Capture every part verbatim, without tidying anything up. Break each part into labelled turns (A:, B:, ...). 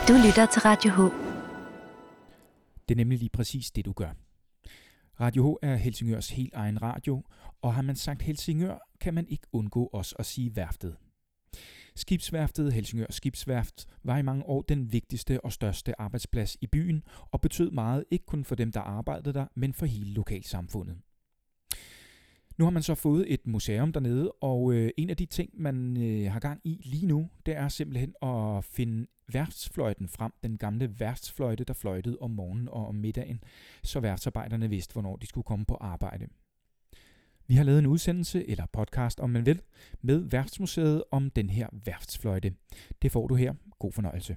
A: Du lytter til Radio H.
B: Det er nemlig lige præcis det, du gør. Radio H er Helsingørs helt egen radio, og har man sagt Helsingør, kan man ikke undgå os at sige værftet. Skibsværftet Helsingør Skibsværft var i mange år den vigtigste og største arbejdsplads i byen, og betød meget ikke kun for dem, der arbejdede der, men for hele lokalsamfundet. Nu har man så fået et museum dernede, og øh, en af de ting, man øh, har gang i lige nu, det er simpelthen at finde værftsfløjten frem, den gamle værftsfløjte, der fløjtede om morgenen og om middagen, så værftsarbejderne vidste, hvornår de skulle komme på arbejde. Vi har lavet en udsendelse, eller podcast om man vil, med Værftsmuseet om den her værftsfløjte. Det får du her. God fornøjelse.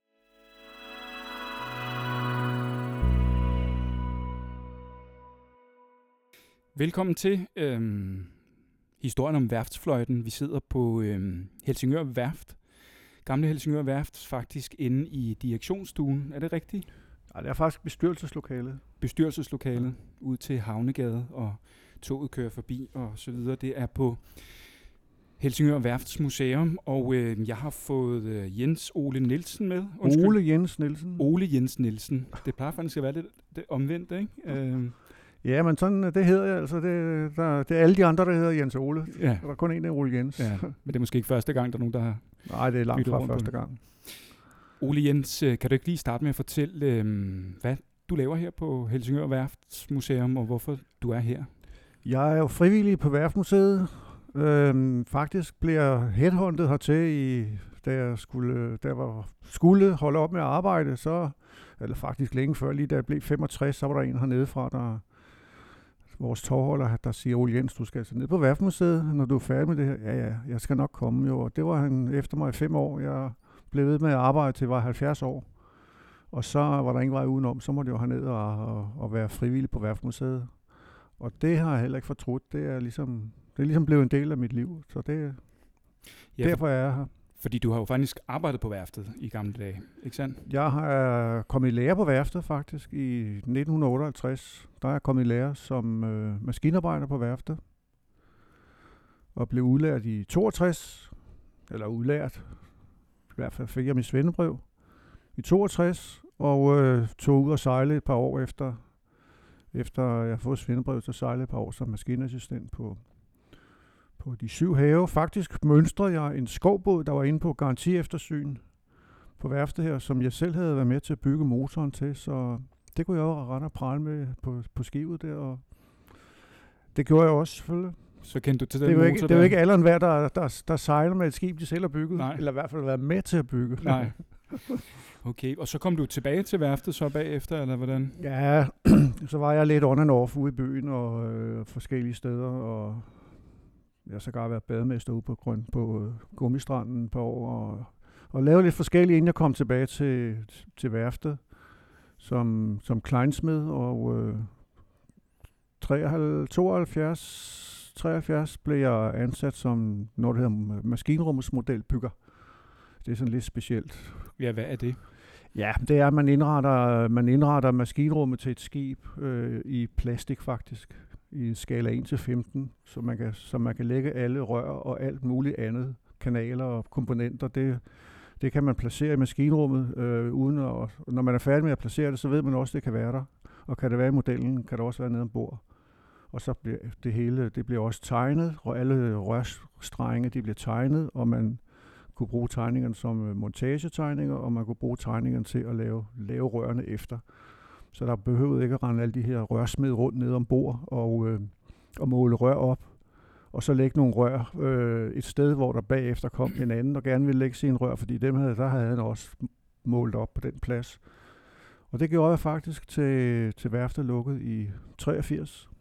B: Velkommen til øhm, historien om værftsfløjten. Vi sidder på øhm, Helsingør Værft. Gamle Helsingør Værft, faktisk inde i direktionsstuen. Er det rigtigt?
C: Ja, det er faktisk bestyrelseslokalet.
B: Bestyrelseslokalet, ja. Ud til Havnegade, og toget kører forbi og så videre. Det er på Helsingør Værfts Museum, og øh, jeg har fået øh, Jens Ole Nielsen med.
C: Undskyld. Ole Jens Nielsen.
B: Ole Jens Nielsen. Det plejer faktisk at være lidt det omvendt, ikke? Øh.
C: Ja, men sådan, det hedder jeg altså. Det, der, det er alle de andre, der hedder Jens Ole.
B: Ja.
C: Der er kun en, der er Ole Jens.
B: Ja, men det er måske ikke første gang, der er nogen, der har...
C: Nej, det er langt fra første gang.
B: Ole Jens, kan du ikke lige starte med at fortælle, øh, hvad du laver her på Helsingør Værfts Museum, og hvorfor du er her?
C: Jeg er jo frivillig på Værftmuseet. Øhm, faktisk blev jeg headhunted hertil, i, da jeg skulle, da jeg var, skulle holde op med at arbejde. Så, eller faktisk længe før, lige da jeg blev femogtres, så var der en hernede fra, der vores tovholder, der siger, Ole Jens, du skal altså ned på Værftmuseet, når du er færdig med det her. Ja, ja, jeg skal nok komme jo. Og det var han efter mig i fem år. Jeg blev ved med at arbejde til jeg var halvfjerds år. Og så var der ingen vej udenom. Så måtte jeg jo herned og, og, og være frivillig på Værftmuseet. Og det har jeg heller ikke fortrudt. Det er ligesom, det er ligesom blevet en del af mit liv. Så det ja, derfor er jeg her.
B: Fordi du har jo faktisk arbejdet på værftet i gamle dage, ikke sandt?
C: Jeg har kommet i lære på værftet faktisk i nitten otteoghalvtreds. Der er jeg kommet i lære som øh, maskinarbejder på værftet. Og blev udlært i toogtres. Eller udlært. I hvert fald fik jeg mit svendebrev i toogtres. Og øh, tog ud og sejlede et par år efter. Efter jeg har fået svendebrev, så sejlede et par år som maskinassistent på På de syv have. Faktisk mønstrede jeg en skovbåd, der var inde på garantieftersyn på værftet her, som jeg selv havde været med til at bygge motoren til, så det kunne jeg jo rette og prale med på, på skibet der, og det gjorde jeg også selvfølgelig.
B: Så kendte du til den
C: det
B: motor
C: ikke,
B: der?
C: Det er jo ikke alle enhver, der, der, der sejler med et skib, de selv har bygget,
B: Nej.
C: Eller i hvert fald været med til at bygge.
B: Nej. Okay, og så kom du tilbage til værftet så bagefter, eller hvordan?
C: Ja, så var jeg lidt on and off ude i byen og øh, forskellige steder, og jeg har sågar været bademester ude på, grøn, på uh, Gummistranden et par år, og, og lavede lidt forskellige, inden jeg kom tilbage til, til værftet som, som kleinsmed, og uh, tooghalvfjerds, treoghalvfjerds blev jeg ansat som noget, der hedder maskinrumsmodelbygger. Det er sådan lidt specielt.
B: Ja, hvad er det?
C: Ja, det er, at man indretter, man indretter maskinrummet til et skib øh, i plastik faktisk, i skala en til femten, så man kan, så man kan lægge alle rør og alt muligt andet, kanaler og komponenter. Det, det kan man placere i maskinrummet, øh, uden at, når man er færdig med at placere det, så ved man også, at det kan være der. Og kan det være i modellen, kan det også være nede ombord. Og så bliver det hele, det bliver også tegnet, og alle rørstrenge, de bliver tegnet, og man kunne bruge tegningerne som montagetegninger, og man kunne bruge tegningerne til at lave, lave rørene efter. Så der behøvede ikke at rende alle de her rørsmed rundt ned ombord og, øh, og måle rør op. Og så lægge nogle rør øh, et sted, hvor der bagefter kom en anden, og gerne ville lægge sine rør, fordi dem havde, der havde han også målt op på den plads. Og det gjorde jeg faktisk til, til værftet lukket i treogfirs.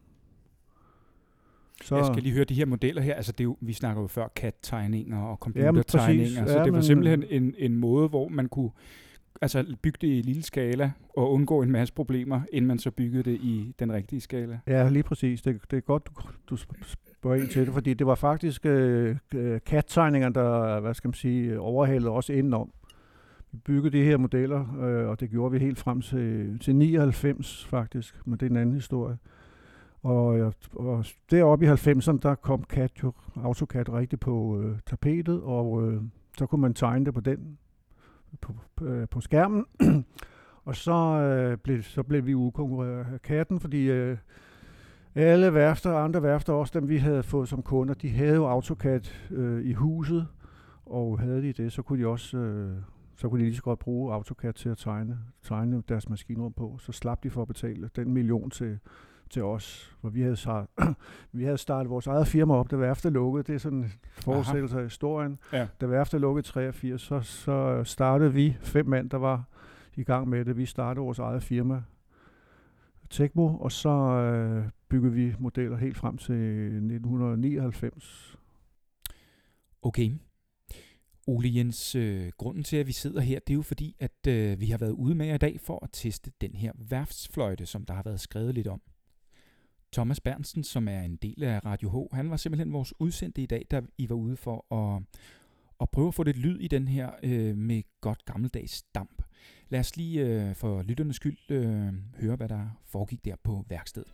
B: Så jeg skal lige høre de her modeller her. Altså det er jo, vi snakker jo før C A D-tegninger og computertegninger,
C: ja,
B: så
C: ja,
B: det var
C: men,
B: simpelthen en, en måde, hvor man kunne altså bygge det i lille skala og undgå en masse problemer, inden man så byggede det i den rigtige skala.
C: Ja, lige præcis. Det, det er godt, du, du spørger ind til det, fordi det var faktisk øh, C A D-tegninger, der, hvad skal man sige, overhalede også indenom. Vi byggede de her modeller, øh, og det gjorde vi helt frem til, til nioghalvfems faktisk, men det er en anden historie. Og, og deroppe i halvfemserne, der kom C A D jo, AutoCAD rigtig på øh, tapetet, og øh, så kunne man tegne det på den på, på, på skærmen. Og så, øh, blev, så blev vi udkonkurreret af katten, fordi øh, alle værfter og andre værfter, også dem vi havde fået som kunder, de havde jo AutoCAD øh, i huset, og havde de det, så kunne de også øh, så kunne de lige så godt bruge AutoCAD til at tegne, tegne deres maskinrum på. Så slap de for at betale den million til, til os, hvor vi havde, start, vi havde startet vores eget firma op, da værftet lukkede. Det er sådan en fortsættelse af historien. Ja. Da værftet lukkede treogfirs, så, så startede vi fem mand, der var i gang med det. Vi startede vores eget firma, Tekmo, og så øh, byggede vi modeller helt frem til nitten nioghalvfems.
B: Okay. Ole Jens, øh, grunden til, at vi sidder her, det er jo fordi, at øh, vi har været ude med jer i dag for at teste den her værftsfløjte, som der har været skrevet lidt om. Thomas Berntsen, som er en del af Radio H, han var simpelthen vores udsendte i dag, da I var ude for at, at prøve at få lidt lyd i den her øh, med godt gammeldags damp. Lad os lige øh, for lytternes skyld øh, høre, hvad der foregik der på værkstedet.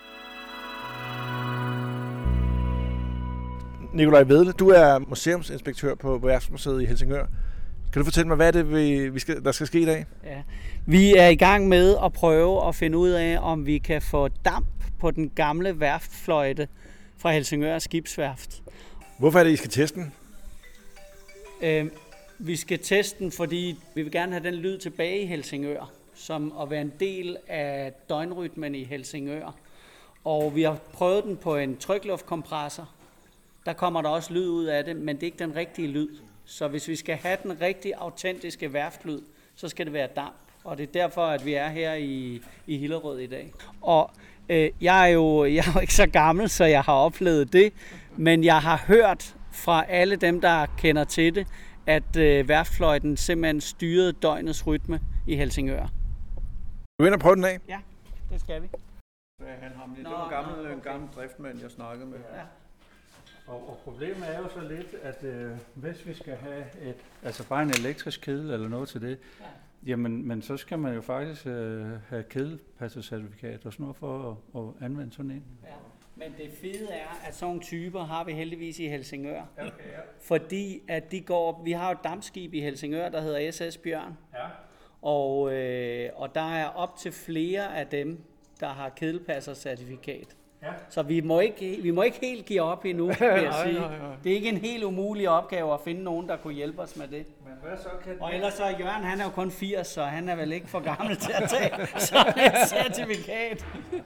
A: Nikolaj Vedle, du er museumsinspektør på Værftsmuseet i Helsingør. Kan du fortælle mig, hvad er det, vi, vi skal, der skal ske i dag?
D: Ja. Vi er i gang med at prøve at finde ud af, om vi kan få damp på den gamle værftfløjte fra Helsingør Skibsværft.
A: Hvorfor er det, I skal teste den?
D: Øh, vi skal teste den, fordi vi vil gerne have den lyd tilbage i Helsingør, som at være en del af døgnrytmen i Helsingør. Og vi har prøvet den på en trykluftkompressor. Der kommer der også lyd ud af det, men det er ikke den rigtige lyd. Så hvis vi skal have den rigtig autentiske værftlyd, så skal det være damp. Og det er derfor, at vi er her i, i Hillerød i dag. Og øh, jeg, er jo, jeg er jo ikke så gammel, så jeg har oplevet det. Men jeg har hørt fra alle dem, der kender til det, at øh, værftfløjten simpelthen styrede døgnets rytme i Helsingør.
A: Du vil ind og prøve den af?
D: Ja, det skal vi.
C: Ja, han har det var gammel, okay. En gammel driftmand, jeg snakkede med. Ja. Og, og problemet er jo så lidt, at øh, hvis vi skal have et, altså bare en elektrisk kedel eller noget til det, ja. Jamen, men så skal man jo faktisk øh, have kedelpassercertifikat og sådan noget for at, at anvende sådan en.
D: Ja. Men det fede er, at sådan nogle typer har vi heldigvis i Helsingør.
C: Okay, ja.
D: Fordi at de går, vi har jo et dampskib i Helsingør, der hedder S S Bjørn.
C: Ja. Og,
D: øh, og der er op til flere af dem, der har kedelpassercertifikat. Ja. Så vi må, ikke, vi må ikke helt give op endnu, vil jeg sige. Nej, nej, nej. Det er ikke en helt umulig opgave at finde nogen, der kunne hjælpe os med det. Men hvad så kan og ellers så er Jørgen, han er jo kun firs, så han er vel ikke for gammel til at tage sådan et certifikat.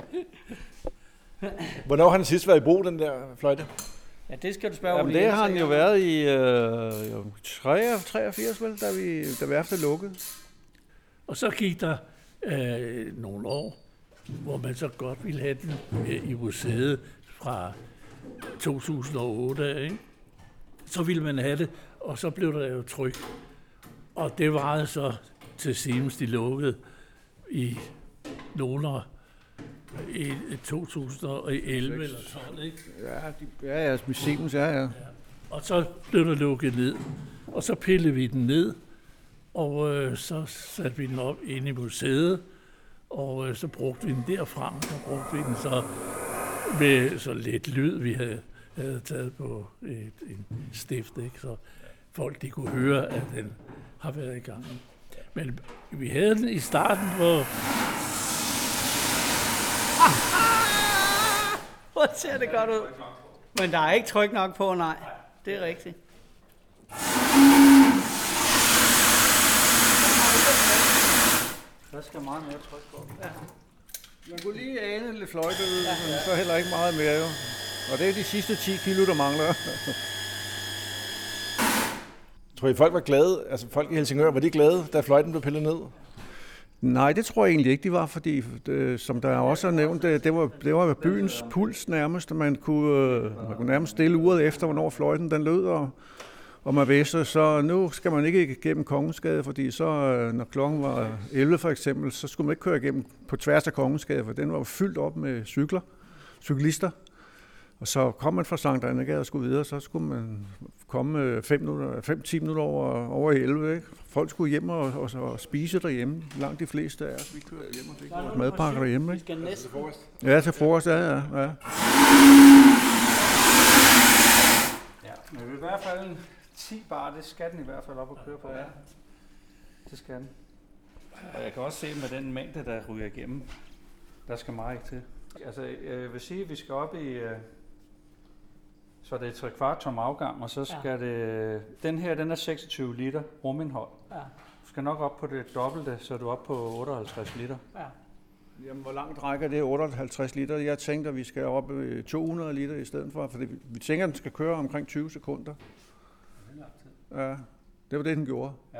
A: Hvornår har han sidst været i brug, den der fløjte?
D: Ja, det skal du spørge om.
C: Jamen, det har han jo været i øh, treogfirs, vel, da, vi, da værftet lukkede.
E: Og så gik der øh, nogle år, hvor man så godt ville have den øh, i museet fra to tusind og otte, ikke? Så ville man have det, og så blev der jo tryk. Og det varede så til Siemens, de lukkede i nogle år i to tusind og elleve eller tolv, ikke?
C: Ja, de, ja, ja, Siemens, ja, ja, ja.
E: Og så blev der lukket ned, og så pillede vi den ned, og øh, så satte vi den op inde i museet, og øh, så brugte vi den derfra, så brugte vi den så med så lidt lyd, vi havde, havde taget på et, en stift, ikke? Så folk de kunne høre, at den har været i gang. Men vi havde den i starten, hvor...
D: Hvor ser det godt ud. Men der er ikke tryk nok på, nej. Det er rigtigt.
C: Der skal meget mere tryk på. Ja. Man kunne lige ane lidt fløjte ud, ja, men så heller ikke meget mere jo. Og det er de sidste ti kilo, der mangler.
A: Tror I, folk var glade, altså folk i Helsingør, var de glade, da fløjten blev pillet ned?
C: Nej, det tror jeg egentlig ikke, de var, fordi, det, som der også er nævnt, det, det, var, det var byens puls nærmest, og man kunne, man kunne nærmest stille uret efter, hvornår fløjten den lød, og, og man vidste, så nu skal man ikke igennem Kongensgade, fordi så, når klokken var elleve for eksempel, så skulle man ikke køre igennem på tværs af Kongensgade, for den var fyldt op med cykler, cyklister. Og så kom man fra Sankt Annegade og skulle videre, så skulle man komme fem til ti minutter over, over elleve. Ikke? Folk skulle hjem og, og, og spise derhjemme. Langt de fleste af os, vi kørte hjem og fik vores madpakker derhjemme. Ikke?
D: Vi skal næsten.
C: Ja, til frokost, ja, ja. ja.
F: Ja, men i hvert fald en ti bar, det skal den i hvert fald op og køre på. Ja. det skal den. Og jeg kan også se med den mængde, der ryger igennem, der skal meget til. Altså, jeg vil sige, at vi skal op i, så det er tre kvart tom afgang, og så skal ja. det, den her, den er seksogtyve liter rumindhold. Ja. Du skal nok op på det dobbelte, så er du op på otteoghalvtreds liter. Ja.
C: Jamen, hvor langt rækker det otteoghalvtreds liter? Jeg tænkte, at vi skal op i to hundrede liter i stedet for, for vi tænker, at den skal køre omkring tyve sekunder.
F: Det er lang tid.
C: Ja, det var det, den gjorde. Ja.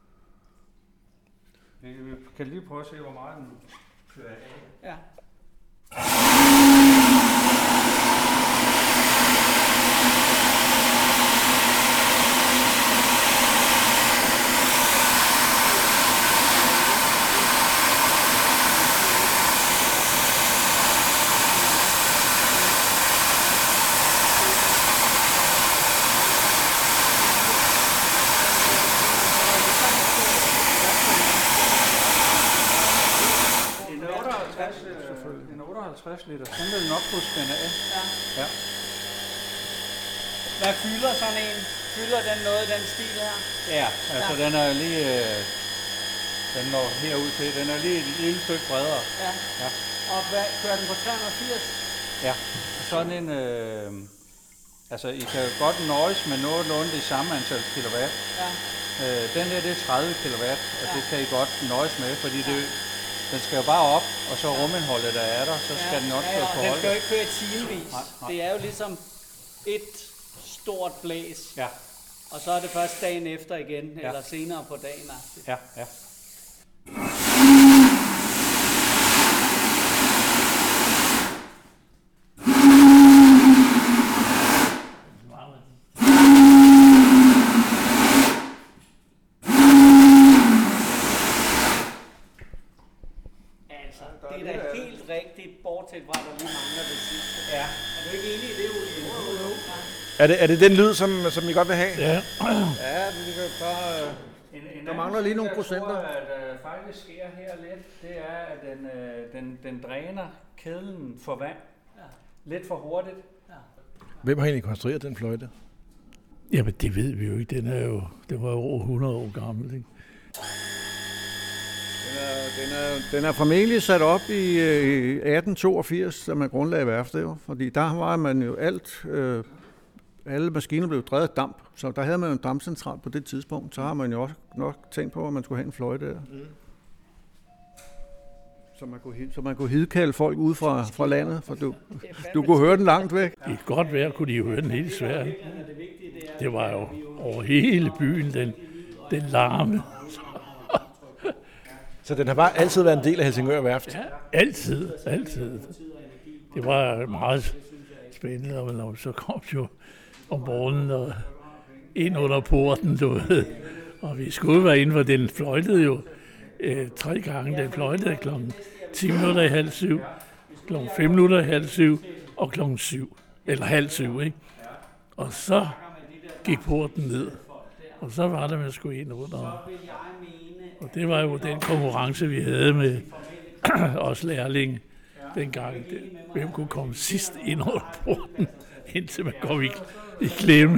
F: Vi, vi kan lige prøve at se, hvor meget den kører af.
D: Ja.
F: otteoghalvtreds liter, så vil den nok kunne spænde af.
D: Ja.
F: Ja.
D: Hvad fylder sådan en? Fylder den noget i den stil her?
F: Ja, altså ja. den er lige, øh, den når herud til, den er lige et lille stykke bredere.
D: Ja.
F: Ja.
D: Og hvad, kører den på tre hundrede og firs?
F: Ja, sådan en, øh, altså I kan godt nøjes med nogenlunde det samme antal kilowatt. Ja. Øh, den her, det er tredive kilowatt, og ja. det kan I godt nøjes med, fordi ja. det den skal jo bare op, og så rumindholdet, der er der, så skal ja, den nok ja, ja,
D: køre på. Den skal jo ikke køre timevis. Nej, nej. Det er jo ligesom et stort blæs. Ja. Og så er det først dagen efter igen, ja. eller senere på dagen.
F: Ja, ja.
D: Det er da helt rigtigt, bortset fra, at der lige mangler det sidste. Ja. Er du ikke enig i det, Ole? Jo, jo.
A: Er det, er det den lyd, som, som I godt vil have?
C: Ja. Ja, det kan bare...
F: En, en
C: der mangler lige nogle procenter.
F: Jeg tror, at uh, faktisk sker her lidt, det er, at den, uh, den, den dræner kedlen for vand. Ja. Lidt for hurtigt. Ja.
A: Hvem har egentlig konstrueret den fløjte?
E: Jamen, det ved vi jo ikke. Den er jo, det var jo over hundrede år gammel, ikke?
C: Den er, den, er, den er formentlig sat op i øh, atten toogfirs, da man grundlagde værftet, fordi der var man jo alt, øh, alle maskiner blev drevet af damp, så der havde man jo en dampcentral på det tidspunkt, så har man jo også nok tænkt på, at man skulle have en fløjte der. Mm. Så man kunne, så man kunne hidkalde folk ude fra, fra landet, for du, du kunne høre den langt væk.
E: I et godt vejr kunne de jo høre den helt svært. Det var jo over hele byen, den, den larme.
A: Så den har bare altid været en del af Helsingør Værft?
E: Ja, altid, altid. Det var meget spændende, og når så kom jo om morgenen og ind under porten, du ved. Og vi skulle være inde, for den fløjtede jo øh, tre gange. Den fløjtede klokken ti minutter i halv syv, klokken fem minutter i halv syv og klokken syv, eller halv syv, ikke? Og så gik porten ned, og så var der, man skulle ind under. Og det var jo den konkurrence, vi havde med os lærlinge dengang. Hvem kunne komme sidst ind over porten, indtil man kom i, i klemme.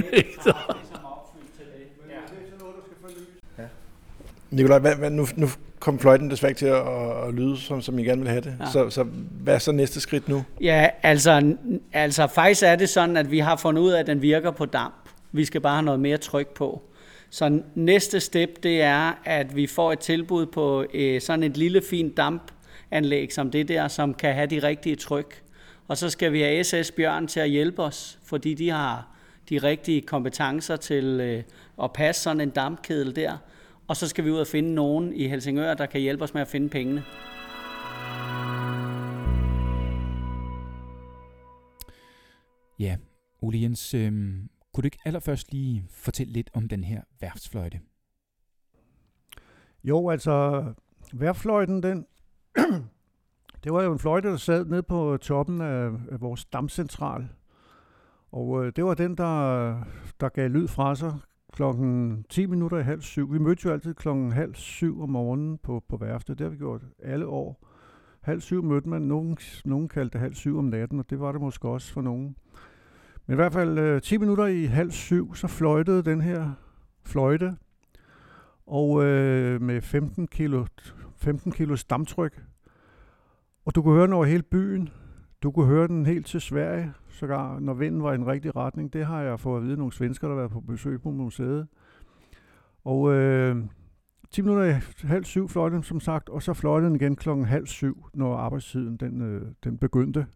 A: Ja. Nikolaj, hvad, hvad, nu, nu kom fløjten desværre til at, at lyde, som, som I gerne vil have det. Ja. Så, så hvad er så næste skridt nu?
D: Ja, altså, altså faktisk er det sådan, at vi har fundet ud af, at den virker på damp. Vi skal bare have noget mere tryk på. Så næste step, det er, at vi får et tilbud på øh, sådan et lille fint dampanlæg som det der, som kan have de rigtige tryk. Og så skal vi have S S Bjørn til at hjælpe os, fordi de har de rigtige kompetencer til øh, at passe sådan en dampkedel der. Og så skal vi ud og finde nogen i Helsingør, der kan hjælpe os med at finde pengene.
B: Ja, Ole Jens, øh, kunne du ikke allerførst lige fortælle lidt om den her værftsfløjte?
C: Jo, altså, værftfløjten, den, det var jo en fløjte, der sad nede på toppen af, af vores dampcentral. Og øh, det var den, der, der gav lyd fra sig klokken ti minutter i halv syv. Vi mødte jo altid klokken halv syv om morgenen på, på værftet. Det har vi gjort alle år. Halv syv mødte man. Nogen, nogen kaldte det halv syv om natten, og det var det måske også for nogen. Men i hvert fald øh, ti minutter i halv syv, så fløjtede den her fløjte. og øh, med femten kilo, femten kilo damptryk. Og du kunne høre den over hele byen. Du kunne høre den helt til Sverige, sågar når vinden var i den rigtige retning. Det har jeg fået at vide nogle svensker, der har været på besøg på museet. Og øh, ti minutter i halv syv fløj den, som sagt, og så fløj den igen klokken halv syv, når arbejdstiden den, øh, den begyndte.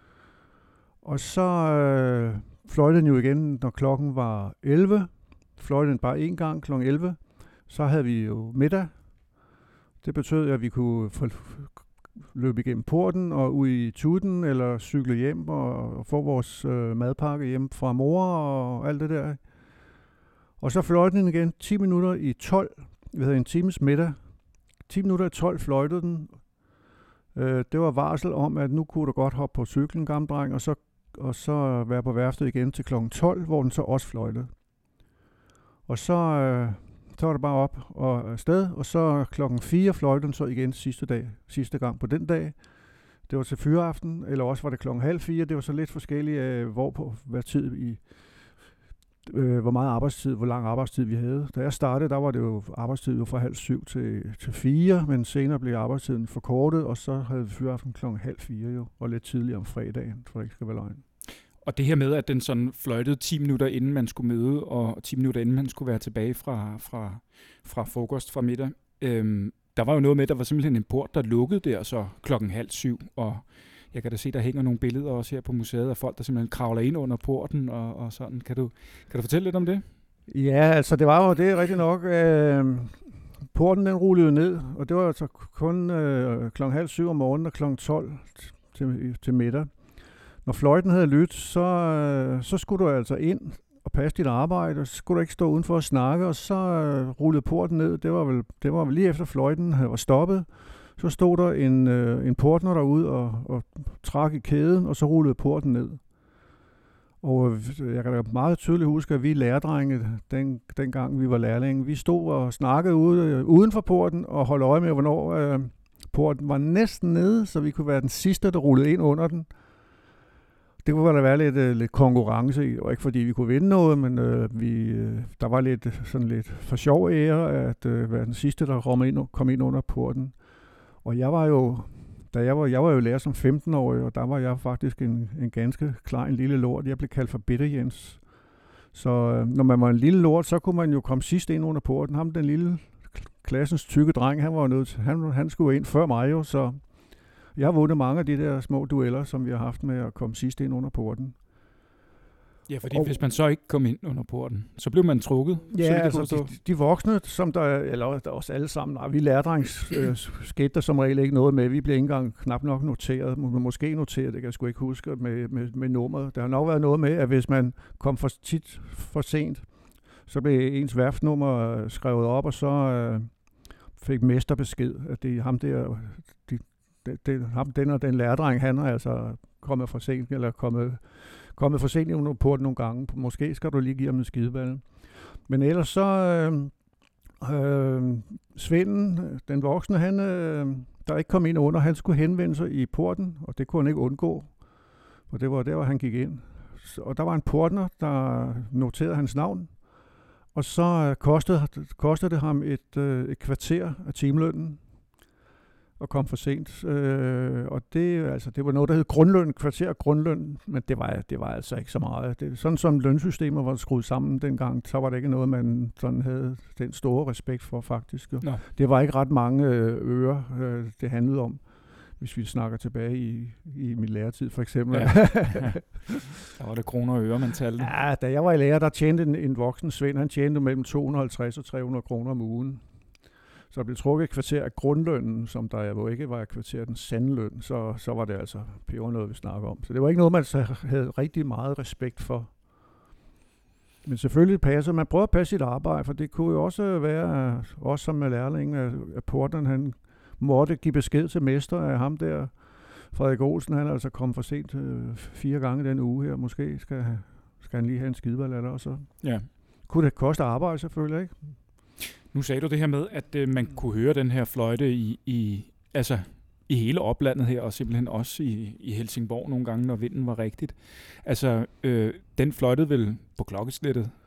C: Og så øh, fløj den jo igen, når klokken var elleve. Fløj den bare en gang klokken elleve. Så havde vi jo middag. Det betød, at vi kunne løbe igennem porten og ud i tuten, eller cykle hjem og, og få vores øh, madpakke hjem fra mor og alt det der. Og så fløj den igen ti minutter i tolv. Vi havde en times middag. ti minutter i tolv fløjtede den. Øh, det var varsel om, at nu kunne du godt hoppe på cyklen, gamle dreng, og så, og så være på værftet igen til klokken tolv, hvor den så også fløjtede. Og så, øh, så var det bare op og afsted, og så klokken fire fløjtede den så igen sidste dag, sidste gang på den dag. Det var til fyreaften, eller også var det klokken halv fire. Det var så lidt forskelligt af, hvor på hvad tid i Øh, hvor meget arbejdstid, hvor lang arbejdstid vi havde. Da jeg startede, der var det jo arbejdstid jo fra halv syv til, til fire, men senere blev arbejdstiden forkortet, og så havde vi fyraften klokken halv fire jo, og lidt tidligere om fredagen, for det ikke skal være løgn.
B: Og det her med, at den sådan fløjtede ti minutter inden man skulle møde, og ti minutter inden man skulle være tilbage fra, fra, fra frokost, fra middag, øhm, der var jo noget med, at der var simpelthen en port, der lukkede der så klokken halv syv, og jeg kan da se, der hænger nogle billeder også her på museet af folk, der simpelthen kravler ind under porten og, og sådan. Kan du, kan du fortælle lidt om det?
C: Ja, altså det var jo det rigtigt nok. Øh, porten den rullede ned, og det var altså kun øh, klokken halv syv om morgenen og klokken tolv til, til middag. Når fløjten havde lyttet, så, øh, så skulle du altså ind og passe dit arbejde, og så skulle du ikke stå udenfor og snakke, og så øh, rullede porten ned. Det var vel, det var vel lige efter fløjten var stoppet. Så stod der en, øh, en portner derude og, og trak i kæden, og så rullede porten ned. Og jeg kan da meget tydeligt huske, at vi lærdrenge, den, dengang vi var lærlinge, vi stod og snakkede ude, øh, uden for porten og holdt øje med, hvornår øh, porten var næsten nede, så vi kunne være den sidste, der rullede ind under den. Det kunne der være lidt, øh, lidt konkurrence i, og ikke fordi vi kunne vinde noget, men øh, vi, øh, der var lidt, sådan lidt for sjov ære at øh, være den sidste, der kom ind, kom ind under porten. Og jeg var jo, da jeg var, jeg var jo lærer som femten-årig, og der var jeg faktisk en, en ganske klein lille lort. Jeg blev kaldt for Bitte Jens. Så øh, når man var en lille lort, så kunne man jo komme sidst ind under porten. Ham, den lille klassens tykke dreng, han var jo nødt til, han, han skulle ind før mig jo, så jeg har vundet mange af de der små dueller, som vi har haft med at komme sidst ind under porten.
B: Ja, fordi og, hvis man så ikke kom ind under porten, så blev man trukket.
C: Ja,
B: så
C: altså de, de voksne, som der, eller der os alle sammen, nej, vi lærdrengs øh, skete der som regel ikke noget med. Vi blev ikke engang knap nok noteret, må, måske noteret, det kan jeg sgu ikke huske, med, med, med nummeret. Der har nok været noget med, at hvis man kom for tit for sent, så blev ens værftnummer skrevet op, og så øh, fik mester besked, at det er ham der, de, de, de, ham, den og den lærdreng, han er altså kommet for sent, eller kommet kommet for sent under porten nogle gange. Måske skal du lige give ham en skideballe. Men ellers så øh, øh, Svenden, den voksne, han, øh, der ikke kom ind under, han skulle henvende sig i porten, og det kunne han ikke undgå. Og det var der, hvor han gik ind. Og der var en portner, der noterede hans navn, og så øh, kostede, kostede det ham et, øh, et kvarter af timelønnen og kom for sent. Øh, og det, altså, det var noget, der hed grundløn, kvarter grundløn, men det var, det var altså ikke så meget. Det, sådan som lønsystemer var skruet sammen dengang, så var det ikke noget, man sådan havde den store respekt for faktisk.
B: No.
C: Det var ikke ret mange øre, øh, det handlede om, hvis vi snakker tilbage i, i min læretid for eksempel.
B: Ja. Der var det kroner og øre, man talte.
C: Ja, da jeg var i lærer, der tjente en, en voksen Svend, han tjente mellem to hundrede og halvtreds og tre hundrede kroner om ugen. Så der blev trukket et kvarter af grundlønnen, som der jo ikke var et kvarter af den sande løn, så, så var det altså peber noget, vi snakker om. Så det var ikke noget, man havde rigtig meget respekt for. Men selvfølgelig passer man prøver at passe sit arbejde, for det kunne jo også være, også som med lærlingen, at porteren han måtte give besked til mester af ham der, Frederik Olsen, han er altså kommet for sent øh, fire gange den uge her. Måske skal, skal han lige have en skideball eller også.
B: Ja.
C: Kunne det koste arbejde selvfølgelig, ikke?
B: Nu sagde du det her med, at øh, man kunne høre den her fløjte i, i, altså, i hele oplandet her, og simpelthen også i, i Helsingborg nogle gange, når vinden var rigtigt. Altså, øh, den fløjtede vel på klokkeslættet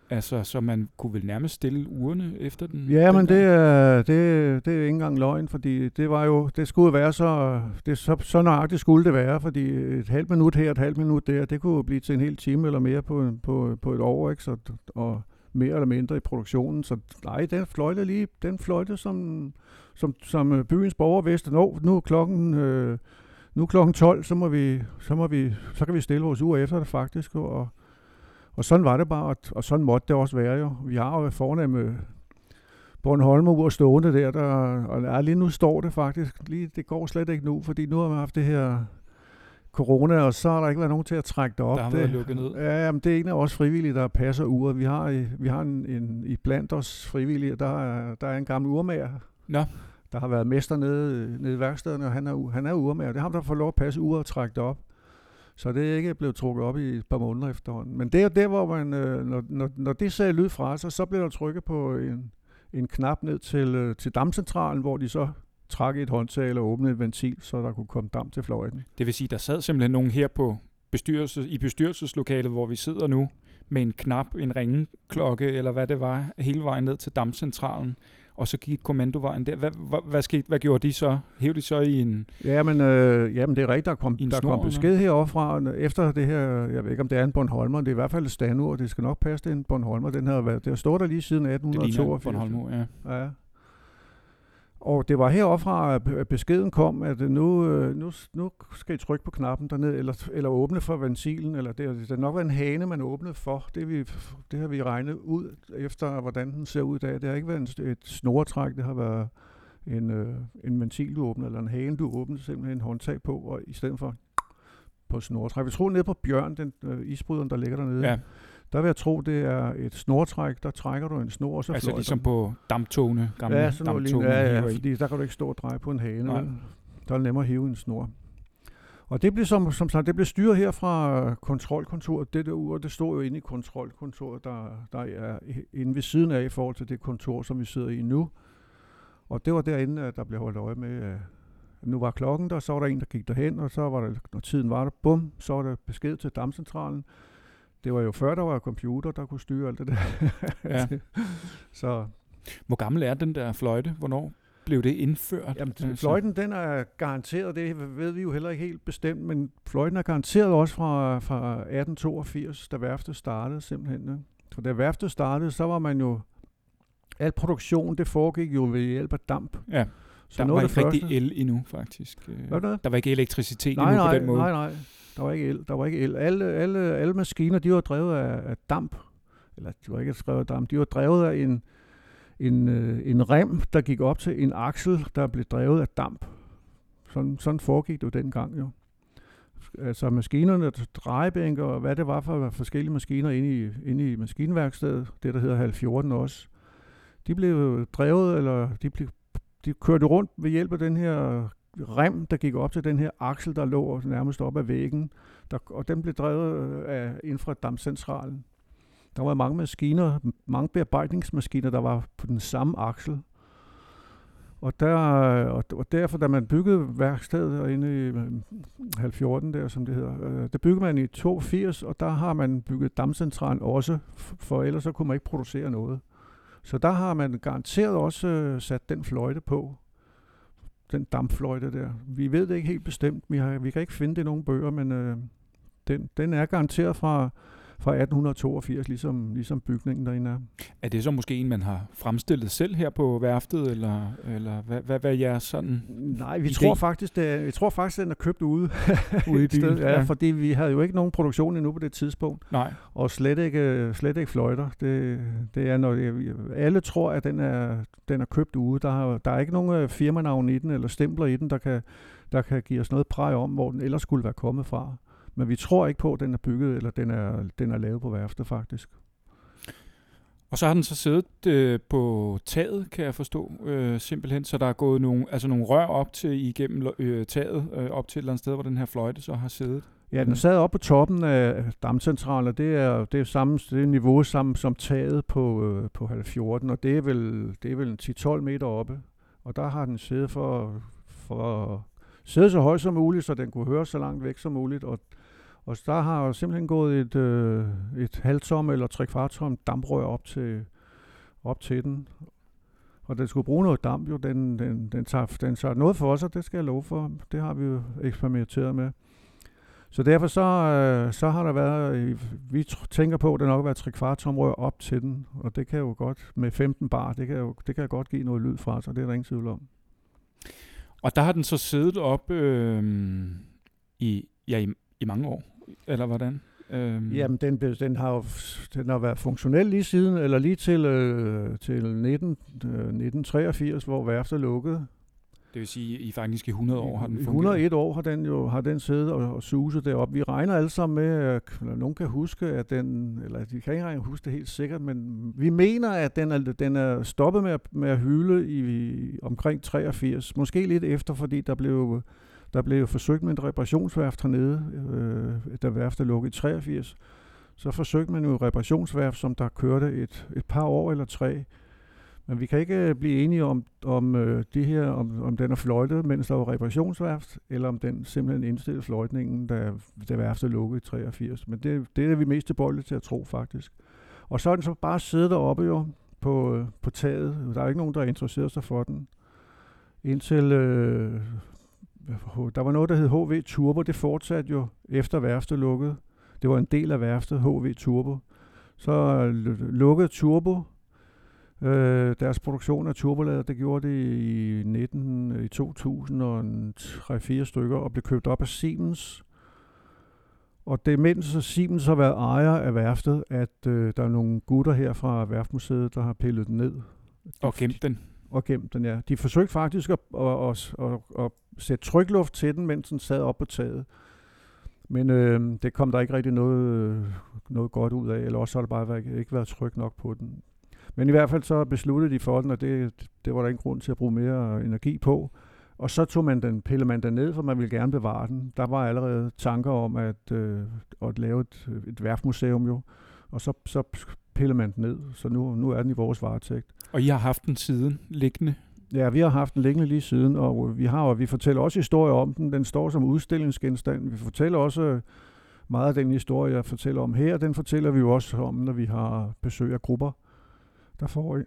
B: Altså, så man kunne vel nærmest stille urene efter den?
C: Ja,
B: den
C: men
B: der?
C: det er, det, det er ikke engang løgn, fordi det var jo, det skulle være så, det, så, så nøjagtigt skulle det være, fordi et halvt minut her, et halvt minut der, det kunne jo blive til en hel time eller mere på, på, på et år, ikke? Så, og mere eller mindre i produktionen, så nej, den fløjte lige, den fløjte som, som, som byens borger vidste, nå, nu er klokken, øh, nu er klokken tolv, så må vi, så må vi, så kan vi stille vores ur efter det faktisk, og Og sådan var det bare, og sådan måtte det også være jo. Vi har jo fornemme Bornholmer stående der, der og ja, lige nu står det faktisk. Lige, det går slet ikke nu, fordi nu har vi haft det her corona, og så har der ikke været nogen til at trække det op.
B: Der har
C: det,
B: været lukket ned.
C: Ja, jamen, det er en af os frivillige, der passer uret. Vi har, vi har en, en, i blandt os frivillige, der er, der er en gammel urmager,
B: Nå.
C: der har været mester nede, nede i værkstederne, og han er, han er urmager. Det er ham, der får lov at passe uret og trække det op. Så det er ikke blevet trukket op i et par måneder efterhånden. Men det er der, hvor man, øh, når, når, når det sagde lyd fra sig, så blev der trykket på en, en knap ned til, øh, til dampcentralen, hvor de så trak et håndtag eller åbnede et ventil, så der kunne komme damp til fløjten.
B: Det vil sige, der sad simpelthen nogen her på bestyrelse, i bestyrelseslokalet, hvor vi sidder nu, med en knap, en ringeklokke, eller hvad det var, hele vejen ned til dampcentralen, og så gik kommandovejen der. Hvad, hvad, hvad, skete, hvad gjorde de så? Hævde de så i en...
C: Jamen, øh, jamen det er rigtigt, der kom, der
B: snor,
C: kom besked heroppe fra, efter det her, jeg ved ikke, om det er en Bornholmer, det er i hvert fald et standur, det skal nok passe, det er en Bornholmer, den har været, det har stået der lige siden atten toogfirs.
B: Det ligner Bornholmer, ja.
C: Ja. Og det var heroppe fra, at beskeden kom, at nu, nu, nu skal I trykke på knappen dernede, eller, eller åbne for ventilen, eller det, det nok var en hane, man åbnede for. Det, vi, det har vi regnet ud efter, hvordan den ser ud i dag. Det har ikke været et snoretræk, det har været en, en ventil, du åbner, eller en hane, du åbner, simpelthen en håndtag på, og i stedet for på snoretræk. Vi tror nede på Bjørn, den øh, isbryderen, der ligger dernede.
B: Ja.
C: Der vil jeg tro, det er et snortræk. Der trækker du en snor, og så
B: altså
C: fløjter
B: ligesom på damptogene, gamle
C: ja, sådan
B: damptogene.
C: Ja, ja, fordi der kan du ikke stå og dreje på en hane. Der er det nemmere at hive en snor. Og det blev som, som sagt, det blev styret her fra kontrolkontoret. Det der ur, det stod jo inde i kontrolkontoret, der, der er inde ved siden af i forhold til det kontor, som vi sidder i nu. Og det var derinde, at der blev holdt øje med, at nu var klokken der, så var der en, der gik derhen, og så var der, når tiden var der, bum, så var der besked til dampcentralen. Det var jo før, der var computer, der kunne styre alt det der.
B: Ja.
C: Så.
B: Hvor gammel er den der fløjte? Hvornår blev det indført?
C: Jamen, fløjten, den er garanteret, det ved vi jo heller ikke helt bestemt, men fløjten er garanteret også fra, fra atten toogfirs, da værftet startede simpelthen. Ja. For da værftet startede, så var man jo, al produktion, det foregik jo ved hjælp af damp.
B: Ja, så der var ikke rigtig el endnu, faktisk.
C: Hvad der?
B: Der var ikke elektricitet
C: nej,
B: endnu
C: nej,
B: på den måde.
C: Nej, nej, der var ikke el. Der var ikke el. Alle, alle, alle maskiner, de var drevet af, af damp. Eller de var ikke drevet af damp, de var drevet af en, en, en rem, der gik op til en aksel, der blev drevet af damp. Sådan, sådan foregik det jo dengang jo. Altså maskinerne, drejebænker og hvad det var for forskellige maskiner inde i, inde i maskinværkstedet, det der hedder halv fjorten også, de blev drevet, eller de, blev, de kørte rundt ved hjælp af den her rem, der gik op til den her aksel, der lå nærmest op ad væggen, der, og den blev drevet af inden fra dampcentralen. Der var mange maskiner, mange bearbejdningsmaskiner, der var på den samme aksel. Og, der, og, og derfor, da man byggede værkstedet inde i halv fjorten, der, som det hedder, øh, der byggede man i toogfirs, og der har man bygget dampcentralen også, for ellers så kunne man ikke producere noget. Så der har man garanteret også øh, sat den fløjte på, den dampfløjte der. Vi ved det ikke helt bestemt, vi, har, vi kan ikke finde det i nogen bøger, men øh, den, den er garanteret fra, fra atten toogfirs, ligesom, ligesom bygningen derinde er.
B: Er det så måske en, man har fremstillet selv her på værftet, eller, eller hvad, hvad, hvad er jeres sådan?
C: Nej, vi
B: idé?
C: tror faktisk, det, vi tror faktisk, den er købt ude.
B: Ude i byen?
C: Ja, ja, fordi vi havde jo ikke nogen produktion endnu på det tidspunkt.
B: Nej.
C: Og slet ikke, slet ikke fløjter. Det, det er, når det, alle tror, at den er, den er købt ude. Der, har, der er ikke nogen firmanavn i den, eller stempler i den, der kan, der kan give os noget præg om, hvor den ellers skulle være kommet fra. Men vi tror ikke på, at den er bygget, eller den er, den er lavet på værftet faktisk.
B: Og så har den så siddet øh, på taget, kan jeg forstå, øh, simpelthen. Så der er gået nogle, altså nogle rør op til igennem øh, taget, øh, op til et eller andet sted, hvor den her fløjte så har siddet.
C: Ja, den sad oppe på toppen af dampcentralen, og det er det er samme det er niveau sammen som taget på øh, på halv fjorten, og det er vel det er vel ti til tolv meter oppe. Og der har den siddet for for at sidde så højt som muligt, så den kunne høre så langt væk som muligt, og Og der har jo simpelthen gået et, øh, et halvtom eller tre kvartom damprør op til, op til den. Og den skulle bruge noget damp, jo. Den, den, den, tager, den tager noget for sig, det skal jeg love for. Det har vi jo eksperimenteret med. Så derfor så, øh, så har der været, vi tænker på, at det nok har været tre kvartom rør op til den. Og det kan jo godt, med femten bar, det kan jo det kan godt give noget lyd fra sig, det er der ingen tvivl om.
B: Og der har den så siddet op øh, i, ja, i, i mange år, eller hvordan? Øhm.
C: Jamen, den, den, har jo, den har været funktionel lige siden, eller lige til, øh, til nitten, øh, nitten treogfirs, hvor værftet lukkede.
B: Det vil sige, i faktisk i hundrede år har den fungeret?
C: I hundrede og et år har den jo har den siddet og, og suset deroppe. Vi regner alle sammen med, eller nogen kan huske, at den, eller de kan ikke engang huske det helt sikkert, men vi mener, at den er, den er stoppet med at, med at hyle i, i omkring treogfirs. Måske lidt efter, fordi der blev, der blev forsøgt med en reparationsværft hernede, øh, da værftet lukkede i treogfirs. Så forsøgte man jo et reparationsværft, som der kørte et, et par år eller tre. Men vi kan ikke blive enige om, om øh, det her, om, om den er fløjtet, mens der var reparationsværft, eller om den simpelthen indstillede fløjtningen, da, da værftet lukkede i treogfirs. Men det, det er vi mest tilbøjelige til at tro, faktisk. Og så er den så bare siddet deroppe jo, på, på taget. Der er ikke nogen, der er interesseret sig for den. Indtil øh, der var noget, der hed H V Turbo. Det fortsatte jo efter værftet lukkede. Det var en del af værftet, H V Turbo. Så lukkede Turbo Øh, deres produktion af turbolader, det gjorde det i, nitten, i to tusind og tre fire stykker, og blev købt op af Siemens. Og det mens Siemens har været ejer af værftet, at øh, der er nogle gutter her fra Værftmuseet, der har pillet den ned.
B: Og gemt den.
C: Og gemt den, ja. De forsøgte faktisk at, at, at, at, at sætte trykluft til den, mens den sad op på taget. Men øh, det kom der ikke rigtig noget, noget godt ud af, eller også har det bare været, ikke været tryk nok på den. Men i hvert fald så besluttede de for den, og det, det var der ingen grund til at bruge mere energi på. Og så tog man den, pillede man den ned, for man ville gerne bevare den. Der var allerede tanker om at, øh, at lave et, et værftmuseum jo, og så, så pillede man den ned. Så nu, nu er den i vores varetægt.
B: Og I har haft den siden liggende?
C: Ja, vi har haft den liggende lige siden, og vi har og vi fortæller også historier om den. Den står som udstillingsgenstand. Vi fortæller også meget af den historie, jeg fortæller om her. Den fortæller vi jo også om, når vi har besøg af grupper. Der får,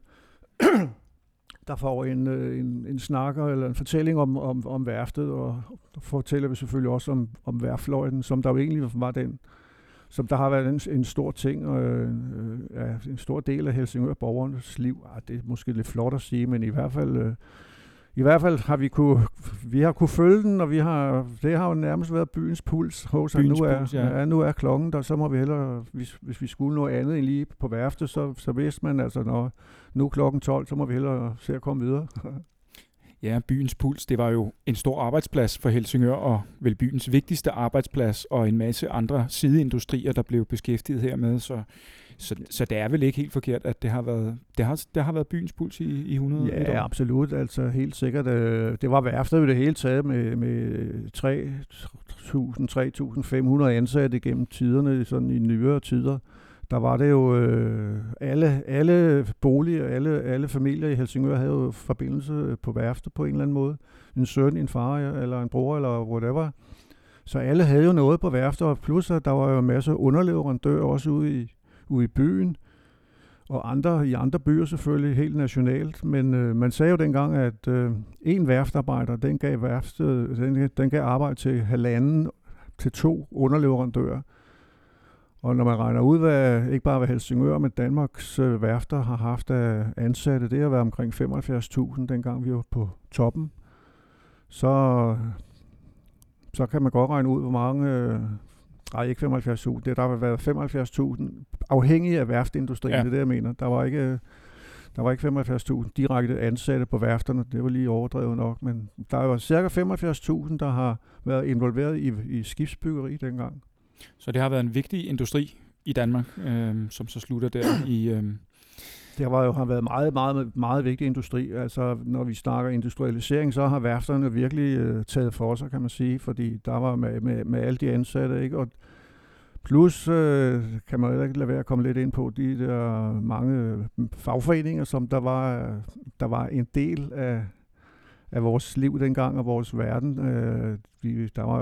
C: der får en, en, en snakker eller en fortælling om, om, om værftet, og fortæller vi selvfølgelig også om, om værftløjten, som der jo egentlig var den, som der har været en, en stor ting, og øh, en stor del af Helsingør-borgernes liv. Ah, det er måske lidt flot at sige, men i hvert fald, øh, i hvert fald har vi kunne, vi har kunne følge den, og vi har, det har jo nærmest været byens puls. Hos, byens nu er, puls, ja. Ja, nu er klokken der, så må vi hellere, hvis, hvis vi skulle noget andet end lige på værftet, så, så vidste man altså, når nu er klokken tolv, så må vi hellere se at komme videre.
B: Ja, byens puls, det var jo en stor arbejdsplads for Helsingør, og vel byens vigtigste arbejdsplads, og en masse andre sideindustrier, der blev beskæftiget hermed, så, så, så det er vel ikke helt forkert, at det har været, det har, det har været byens puls i, i hundrede år?
C: Ja, absolut, altså helt sikkert. Det var værftet i det hele taget med, med tre tusind til tre tusind fem hundrede ansatte gennem tiderne, sådan i nyere tider. Der var det jo øh, alle, alle boliger, alle, alle familier i Helsingør havde jo forbindelse på værftet på en eller anden måde. En søn, en far eller en bror eller whatever. Så alle havde jo noget på værftet, og plus at der var jo en masse underleverandører også ude i, ude i byen. Og andre i andre byer selvfølgelig, helt nationalt. Men øh, man sagde jo dengang, at øh, en værftarbejder, den gav, værftet, den, den gav arbejde til halvanden til to underleverandører. Og når man regner ud, hvad ikke bare hvad Helsingør, men Danmarks øh, værfter har haft af ansatte, det har været omkring femoghalvfjerds tusind, dengang vi var på toppen, så, så kan man godt regne ud, hvor mange, øh, nej ikke femoghalvfjerds tusind, det der har været femoghalvfjerds tusind, afhængig af værftindustrien, ja. Det er det, jeg mener. Der var ikke, der var ikke femoghalvfjerds tusind direkte ansatte på værfterne, det var lige overdrevet nok, men der var cirka femoghalvfjerds tusind, der har været involveret i, i skibsbyggeri dengang.
B: Så det har været en vigtig industri i Danmark, øh, som så slutter der i... Øh...
C: Det har jo har været meget, meget, meget vigtig industri. Altså, når vi snakker industrialisering, så har værfterne virkelig øh, taget for sig, kan man sige, fordi der var med, med, med alle de ansatte, ikke? Og plus øh, kan man jo ikke lade være at komme lidt ind på de der mange fagforeninger, som der var, der var en del af, af vores liv dengang og vores verden. Øh, vi, der var jo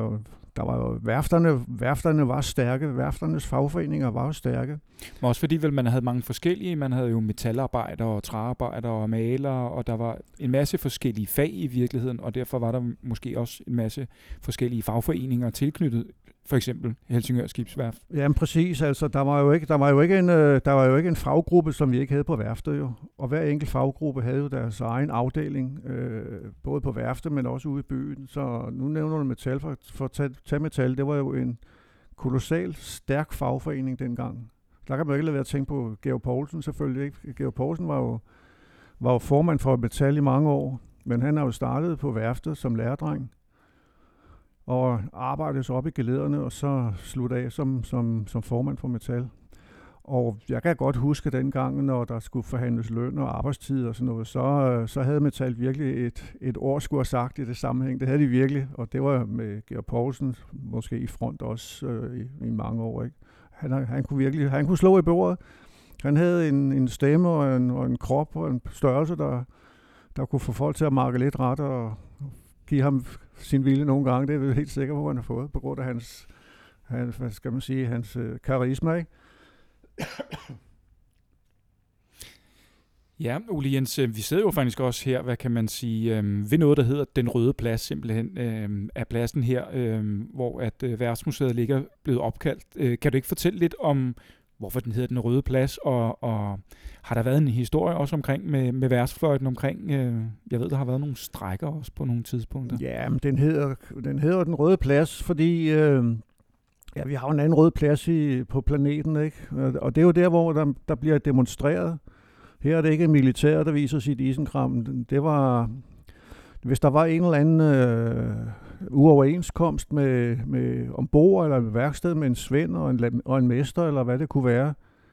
C: der var jo, værfterne, værfterne var stærke, værfternes fagforeninger var jo stærke.
B: Men også fordi vel, man havde mange forskellige, man havde jo metalarbejdere og træarbejdere og malere, og der var en masse forskellige fag i virkeligheden, og derfor var der måske også en masse forskellige fagforeninger tilknyttet, for eksempel Helsingør Skibsværft.
C: Jamen præcis, altså der var jo ikke, der var jo ikke en, der var jo ikke en faggruppe, som vi ikke havde på værftet jo, og hver enkelt faggruppe havde jo deres egen afdeling, øh, både på værftet, men også ude i byen. Så nu nævner du metal, for, for at tage, tage metal, det var jo en kolossal stærk fagforening dengang. Der kan man ikke lade være at tænke på Georg Poulsen selvfølgelig ikke. Georg Poulsen var jo, var jo formand for metal i mange år, men han har jo startet på værftet som lærerdreng, og arbejdede så op i gelederne, og så sluttede af som, som, som formand for metal. Og jeg kan godt huske dengang, når der skulle forhandles løn og arbejdstid og sådan noget, så, så havde metal virkelig et, et ord skulle have sagt i det sammenhæng. Det havde de virkelig, og det var med Georg Poulsen måske i front også øh, i, i mange år. Ikke? Han, han kunne virkelig, han kunne slå i bordet. Han havde en, en stemme og en, og en krop og en størrelse, der, der kunne få folk til at markere lidt ret og give ham sin vilje nogle gange. Det er vi helt sikker på, at han har fået, på grund af hans, hans hvad skal man sige, hans øh, karisma, ikke?
B: Ja, Ole Jens, vi sidder jo faktisk også her, hvad kan man sige, øh, ved noget, der hedder Den Røde Plads, simpelthen, øh, af pladsen her, øh, hvor at øh, Værftsmuseet ligger blevet opkaldt. Øh, kan du ikke fortælle lidt om, hvorfor den hedder Den Røde Plads, og, og har der været en historie også omkring med, med værftsfløjten omkring, øh, jeg ved, der har været nogle strejker også på nogle tidspunkter.
C: Ja, men den hedder, den hedder Den Røde Plads, fordi øh, ja, vi har en anden rød plads i, på planeten, ikke? Og det er jo der, hvor der, der bliver demonstreret. Her er det ikke militær, der viser sit isenkram. Det var, hvis der var en eller anden øh, uoverenskomst med, med ombord eller med værksted med en svend og en, og en mester, eller hvad det kunne være.